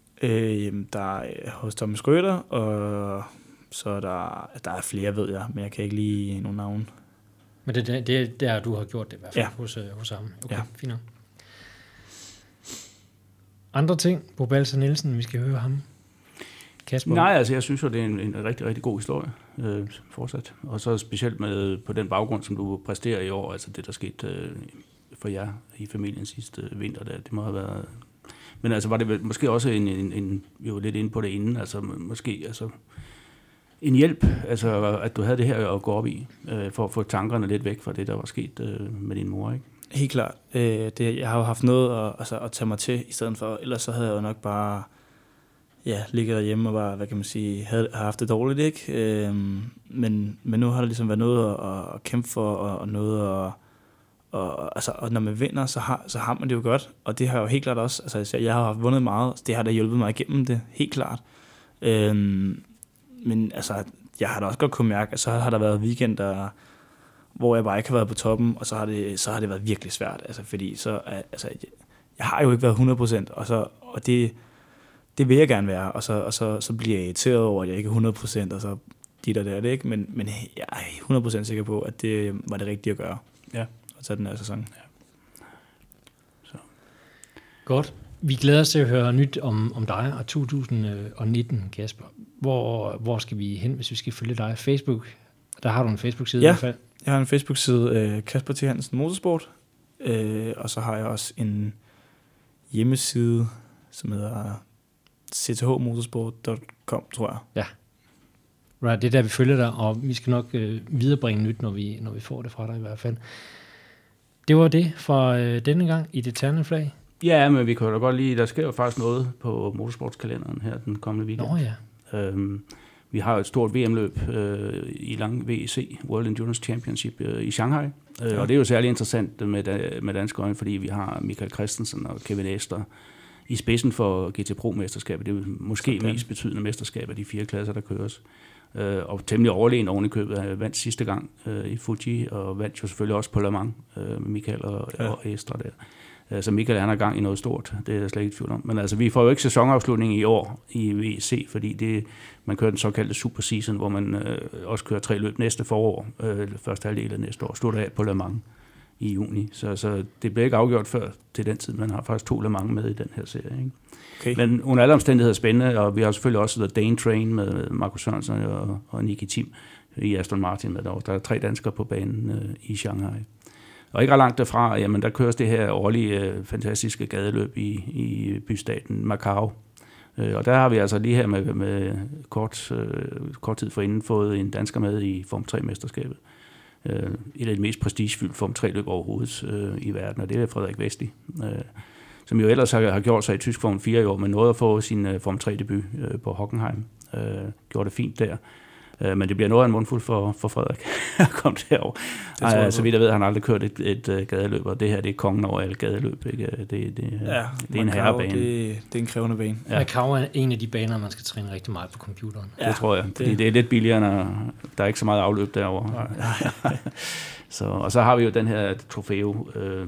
Der er hos Thomas Schrøder, og så der er flere, ved jeg, men jeg kan ikke lige nogen navn. Men det er der, du har gjort det i hvert fald hos ham? Okay, fint nok. Andre ting, Bo Balser Nielsen, vi skal høre ham. Kasper? Nej, altså jeg synes jo, det er en rigtig, rigtig god historie fortsat. Og så specielt på den baggrund, som du præsterer i år, altså det, der skete for jer i familien sidste vinter, det må have været... Men altså var det måske også vi var lidt inde på det inden, altså måske altså en hjælp, altså at du havde det her at gå op i, for at få tankerne lidt væk fra det, der var sket med din mor, ikke? Helt klart. Jeg har jo haft noget at tage mig til i stedet for, ellers så havde jeg jo nok bare ligget derhjemme og bare, hvad kan man sige, havde haft det dårligt, ikke? Men nu har der ligesom været noget at kæmpe for, og noget og når man vinder, så har man det jo godt, og det har jo helt klart også, altså jeg har vundet meget, det har da hjulpet mig igennem det, helt klart. Men altså, jeg har da også godt kunne mærke, at så har der været weekender, hvor jeg bare ikke har været på toppen, og så har det været virkelig svært. Altså, fordi så, altså, jeg har jo ikke været 100%, og det vil jeg gerne være, og så bliver jeg irriteret over, at jeg ikke er 100%, og så dit og det, ikke? Men jeg er 100% sikker på, at det var det rigtige at gøre. Ja. Og så den her sæson. Ja. Så. Godt. Vi glæder os til at høre nyt om dig og 2019, Kasper. Hvor skal vi hen, hvis vi skal følge dig? Facebook? Der har du en Facebook-side i hvert fald. Jeg har en Facebook-side, Kasper T. Hansen Motorsport, og så har jeg også en hjemmeside, som hedder chmotorsport.com, tror jeg. Ja. Right, det er der, vi følger dig, og vi skal nok viderebringe nyt, når vi får det fra dig i hvert fald. Det var det for denne gang i Det Ternede Flag. Ja, men vi kan da godt lide, der sker jo faktisk noget på motorsportskalenderen her den kommende weekend. Nå ja. Vi har jo et stort VM-løb i lang VEC, World Endurance Championship i Shanghai. Ja. Og det er jo særlig interessant med danske øjne, fordi vi har Michael Christensen og Kevin Ester i spidsen for GT Pro-mesterskabet. Det er måske mest betydende mesterskab af de 4 klasser, der køres. Og temmelig overlegen oven i købet. Vandt sidste gang i Fuji, og vandt jo selvfølgelig også på Le Mans med Michael og Ester der. Så Michael han er gang i noget stort, det er der slet ikke tvivl om. Men altså, vi får jo ikke sæsonafslutning i år i VEC, fordi man kører den såkaldte Super Season, hvor man også kører 3 løb næste forår, første halvdel af næste år, slutter af på Le Mans i juni. Så det bliver ikke afgjort før til den tid. Man har faktisk 2 Le Mans med i den her serie. Ikke? Okay. Men under alle omstændigheder spændende, og vi har selvfølgelig også The Dane Train med Markus Sørensen og Nicky Thiem i Aston Martin med der er 3 danskere på banen i Shanghai. Og ikke ret langt derfra, jamen der køres det her årlige fantastiske gadeløb i bystaten Macau. Og der har vi altså lige her med kort tid forinden fået en dansker med i Form 3-mesterskabet. Et af de mest prestigefyldte Form 3-løb overhovedet i verden, og det er Frederik Vesti, som jo ellers har gjort sig i tysk Form 4 i år, men nåede at få sin Form 3-debut på Hockenheim. Gjorde det fint der. Men det bliver noget af en mundfuld for Frederik at komme derover. Så vidt jeg ved, han aldrig kørt et gadeløb, og det her det er kongen over alle gadeløb. Ikke? Det er en herrebane. Det er en krævende bane. Ja. Macau er en af de baner, man skal træne rigtig meget på computeren. Ja, det tror jeg, fordi det er lidt billigere, når der er ikke så meget afløb derovre. Og så har vi jo den her Trofeo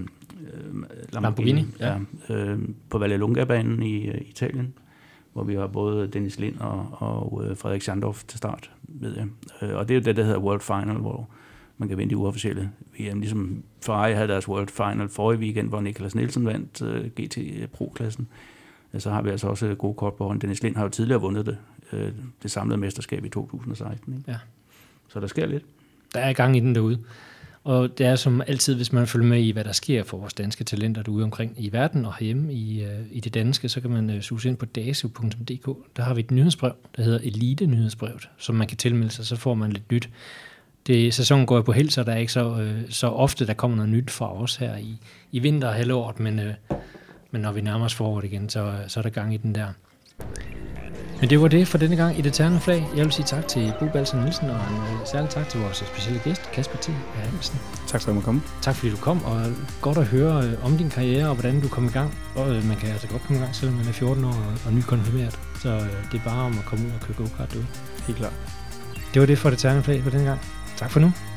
Lamborghini på Vallelunga-banen i Italien, hvor vi har både Dennis Lind og Frederik Schandorf til start, ved jeg. Og det er jo det, der hedder World Final, hvor man kan vinde de uofficielle VM. Ligesom Ferrari havde deres World Final forrige weekend, hvor Niklas Nielsen vandt GT Pro-klassen. Så har vi altså også gode kort på hånden. Dennis Lind har jo tidligere vundet det samlede mesterskab i 2016. Ikke? Ja. Så der sker lidt. Der er gang i den derude. Og det er som altid, hvis man følger med i, hvad der sker for vores danske talenter derude omkring i verden og herhjemme i det danske, så kan man suse ind på dasu.dk. Der har vi et nyhedsbrev, der hedder Elite-nyhedsbrevet, som man kan tilmelde sig, så får man lidt nyt. Sæsonen går på held, så der er ikke så ofte, der kommer noget nyt fra os her i vinter og halvåret, men når vi nærmer os foråret igen, så er der gang i den der. Men det var det for denne gang i Det Ternede Flag. Jeg vil sige tak til Bo Balser Nielsen, og en særlig tak til vores specielle gæst, Kasper T. Hansen. Tak for at komme. Tak fordi du kom, og godt at høre om din karriere, og hvordan du kom i gang. Og man kan altså godt komme i gang, selvom man er 14 år og nykonfirmeret. Så det er bare om at komme ud og køre go-kart derude. Helt klart. Det var det for Det Ternede Flag for denne gang. Tak for nu.